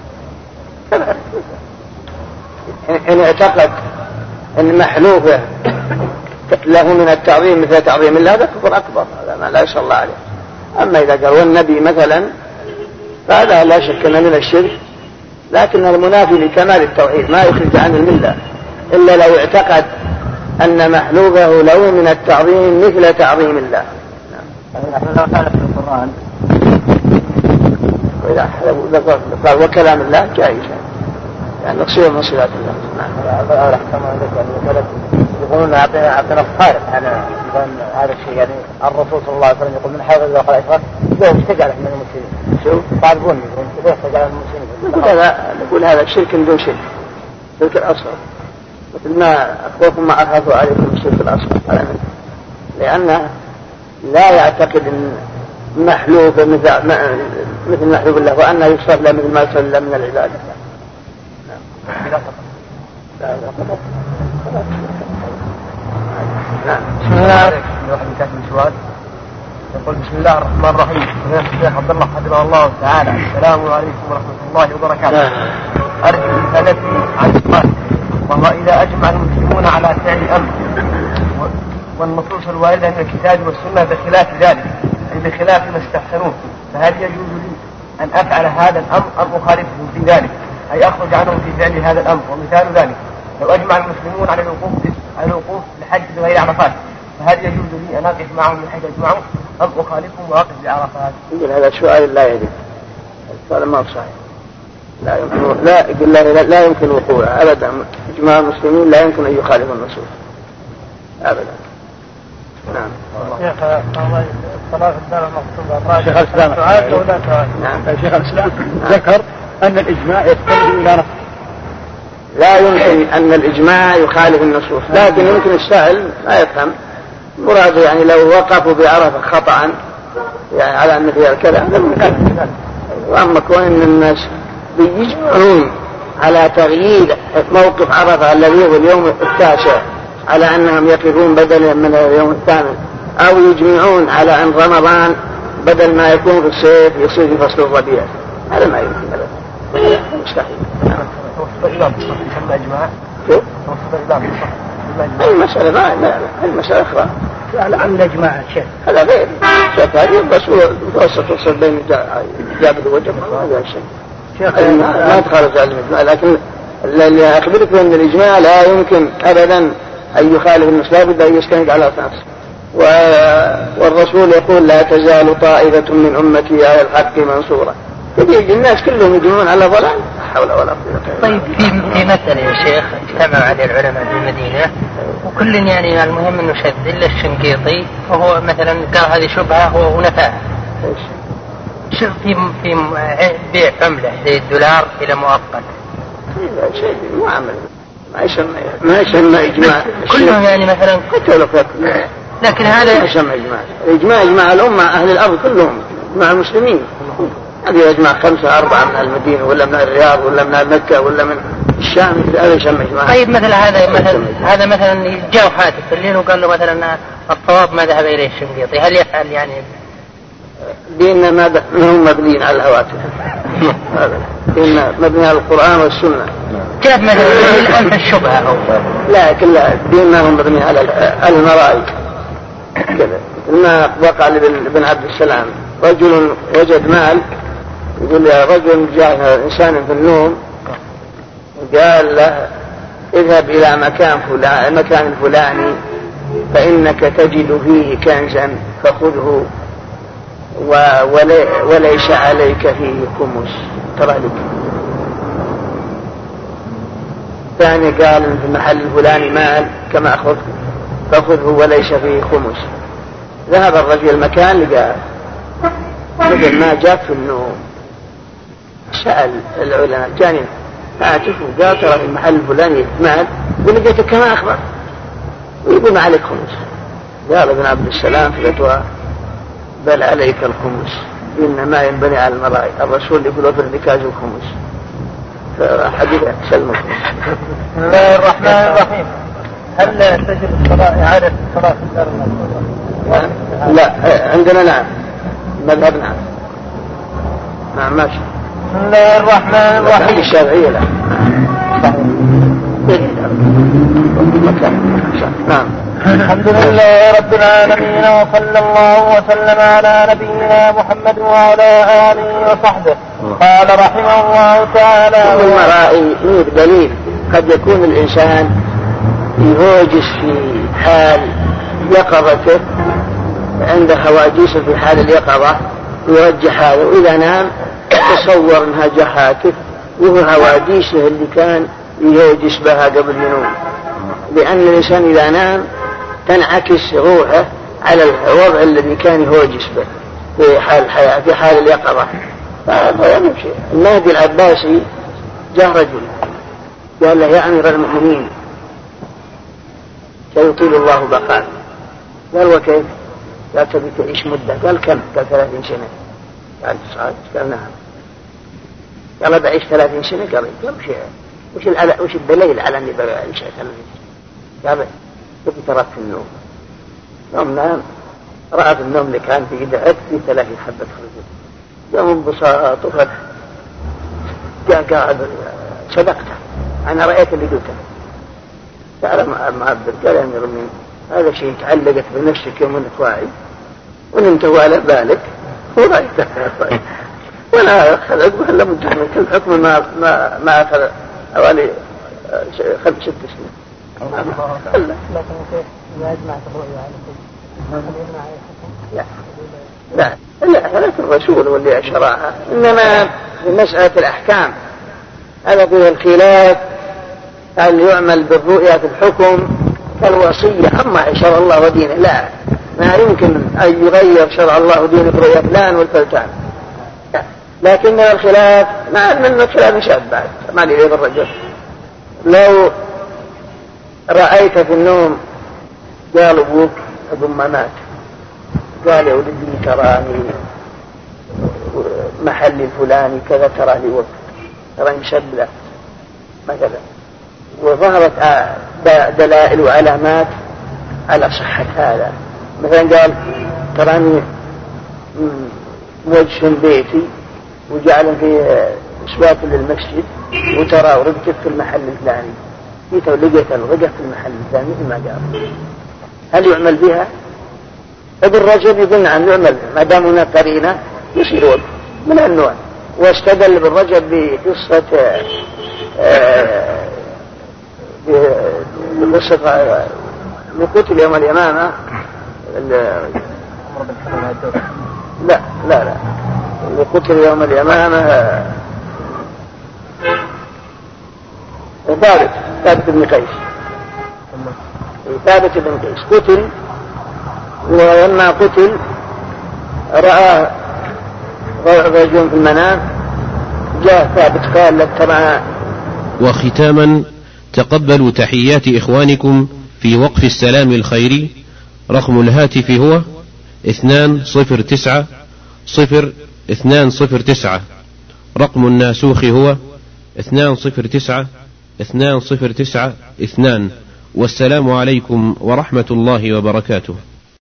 إن اعتقد أن محلوفه له من التعظيم مثل تعظيم الله هذا كفر أكبر، هذا ما لا يصلى عليه. أما إذا قال والنبي مثلا فهذا لا شك أنه من الشرك، لكن المنافي لكمال التوحيد ما يخرج عن الملة إلا لو اعتقد أن محلوفه له من التعظيم مثل تعظيم الله. نحن لو كان في القرآن وإذا قال وكلام الله جائز يعني نقصيه من صفات الله. يقولون أعطينا الصارف عن هذا الشيء، يعني الرسول صلى الله عليه وسلم يقول من حيث إذا قال إشراك لهم استجعله من المسلمين. شو طالبون يقولون كيف استجعله من المسلمين؟ نقول هذا شرك دون شرك، شرك الأصغر، مثل ما أخوكم ما أخذوا عليكم الشرك الأصغر، لأنه لا يعتقد أن محلوف مثل محلوف الله، وأنه يصرف له مثل ما يصرف له من العبادة. بسم الله يقول بسم الله الرحمن الرحيم. الشيخ عبد الله حفظه الله تعالى. السلام عليكم ورحمة الله وبركاته. أرجو رسالتي عن سؤال، وهو إذا أجمع المسلمون على فعل أمر والنصوص الواردة من الكتاب والسنة بخلاف ذلك، أي بخلاف ما استحسنوه، فهل يجوز لي أن أفعل هذا الأمر أم أخالفه في ذلك، أي أخرج عنهم في فعل هذا الأمر؟ ومثال ذلك لو أجمع المسلمون على الوقوف لحج بغير عرفات، فهل يجوز لي أن أقف معهم لحج أجمعوا أم أخالفهم وأقف بعرفات؟ يقول هذا سؤال لا يجوز، السؤال ما صحيح، لا يمكن وقوعه أبدا. إجماع المسلمين لا يمكن أن يخالف النصوص أبدا. نعم. شيخ الإسلام شيخ الإسلام ذكر أن الإجماع يستند إلى نص. لا يمكن أن الإجماع يخالف النصوص، لكن يمكن السائل ما يفهم مراده، يعني لو وقفوا بعرفة خطأ يعني على أن فيها الكلام. وأما كون أن الناس بيجمعون على تغيير موقف عرفة الذي هو اليوم التاسع على أنهم يقفون بدلا من اليوم الثامن، أو يجمعون على أن رمضان بدل ما يكون في الصيف يصير في فصل الربيع، هذا ما يمكن أبدا، مستحيل. المسألة أخرى عن الإجماع شيء هذا غير هذه بس توصل بين جابر وجب هذا الشيء ما تخرج عن الإجماع، لكن اللي أخبرك أن الإجماع لا يمكن أبدا أن يخالف النص، لا بد أن يستند على أساس. والرسول يقول لا تزال طائفة من أمتي على الحق منصورة، يجي الناس كلهم يجمعون على ضلال، لا حول ولا قوة. طيب في مسألة يا شيخ اجتمعوا عليه العلماء في المدينة وكل يعني المهم انه شذ الا الشنقيطي، وهو مثلا قال هذه شبهة ونفاها. شوف في بيع عملة زي الدولار الى مؤقت، شيء معامل ما يسمى إجماع كلهم يعني مثلا، لكن هذا ما يسمى إجماع الأمة أهل الأرض كلهم مع المسلمين. هذا يجمع 5 4 من المدينة ولا من الرياض ولا من مكة ولا من الشام، هذا يسمى إجماع. طيب مثل هذا مثلا جاء حادث الليل وقال له مثلا الصواب ما ذهب إليه الشنقيطي، هل يفعل يعني؟ ديننا ما هم مبنيين على الهواتف، ديننا مبني على القرآن والسنة. كيف مثلا الأنف الشبهة؟ لا كلها ديننا هم مبني على المرائي كذا. ما وقع لابن عبد السلام رجل وجد مال، يقول يا رجل جاء إنسان في النوم قال له اذهب إلى مكان الفلاني فإنك تجد فيه كنزا فخذه وليس عليك فيه خمس. ترى لك. ثاني قال في المحل الفلاني مال كما أخذت فخذه وليس فيه خمس. ذهب الرجل المكان لقاه مثل ما جاء في النوم، سأل العلماء جاني هاتفه قال ترى في المحل الفلاني مال ولقيته كما أخبر ويقول ما عليك خمس. قال ابن عبد السلام في فتوى بل عليك الخمس إنما ينبني على المرأي. الرسول يقول وفي الركاز الخمس. فحديث سلمك. بسم الله الرحمن الرحيم. هل تجب الصلاة إعادة الصلاة في الدار المنصورة؟ لا عندنا نعم مذهب نعم. نعم ماشي. بسم الله الرحمن الرحيم. الشافعية لا. نعم. الحمد لله رب العالمين وصلى الله وسلم على نبينا محمد وعلى آله وصحبه. قال رحمه الله تعالى المرائي دليل قد يكون الإنسان يهوجس في حال يقظته عند هواجيسه في حال اليقظة يرجح هذا، وإذا نام تصور انها جحاته وهو هواجيسه اللي كان يهوجس بها قبل ينوم، لأن الإنسان إذا نام تنعكس روحه على الوضع الذي كان يهوجس به في حال الحياة في حال اليقظة. فيمشي. المهدي العباسي جاء رجل قال له يا أمير المؤمنين سيطيل الله بقاء. قال وكيف؟ قال تبي تعيش مدة. قال كم؟ قال 30 سنة. قال صحيح. قال نعم. قال بعيش 30 سنة. قال وش الدليل على أني بعيش 30 سنة؟ قال تبي ترى في النوم. يوم نام رأى في النوم اللي كان في يده في 30 حبة خرجت. يوم انبساط وفتح قال صدقته أنا رأيت اللي قلته. قال معبد قال يا أمير المؤمنين هذا شيء تعلقت بنفسك يوم انك واعي ونمت على بالك ورأيته ولا أخذ أقول إلا مدة كل حكم ما أخذ حوالي 5-6 سنين. لا الرسول واللي شرعها، إنما في مسألة الأحكام هذا فيه الخلاف هل يعمل بالرؤيا في الحكم كالوصية أما شرع الله ودينه. لا ما يمكن أن يغير شرع الله ودينه برؤيا فلان والفلتان، لكن الخلاف مع من الخلاف شاب بعد ما لي بالرجل. لو رأيت في النوم قال أبوك ثم مات قال يا ولدي تراني محل الفلاني كذا تراني وقت تراني شبلة مثلا، وظهرت دلائل وعلامات على صحة هذا. مثلا قال تراني موجه بيتي وجعل فيه سواك للمسجد وترى ورقت في المحل الفلاني جيت ولقيت الرقة في المحل الفلاني ما قال هل يعمل بها؟ ابن رجب يقول نعم يعمل ما دام هناك قرينة يصير وقت من النوع. واستدل ابن رجب بقصة قتل يوم اليمامة لا قتل يوم اليمامة ثابت بن قيس قتل، ولما قتل رأى رجل في المنام جاء ثابت قال لك ترى. وختاما تقبلوا تحيات إخوانكم في وقف السلام الخيري. رقم الهاتف هو 2090209. رقم الناسوخ هو 209209. والسلام عليكم ورحمة الله وبركاته.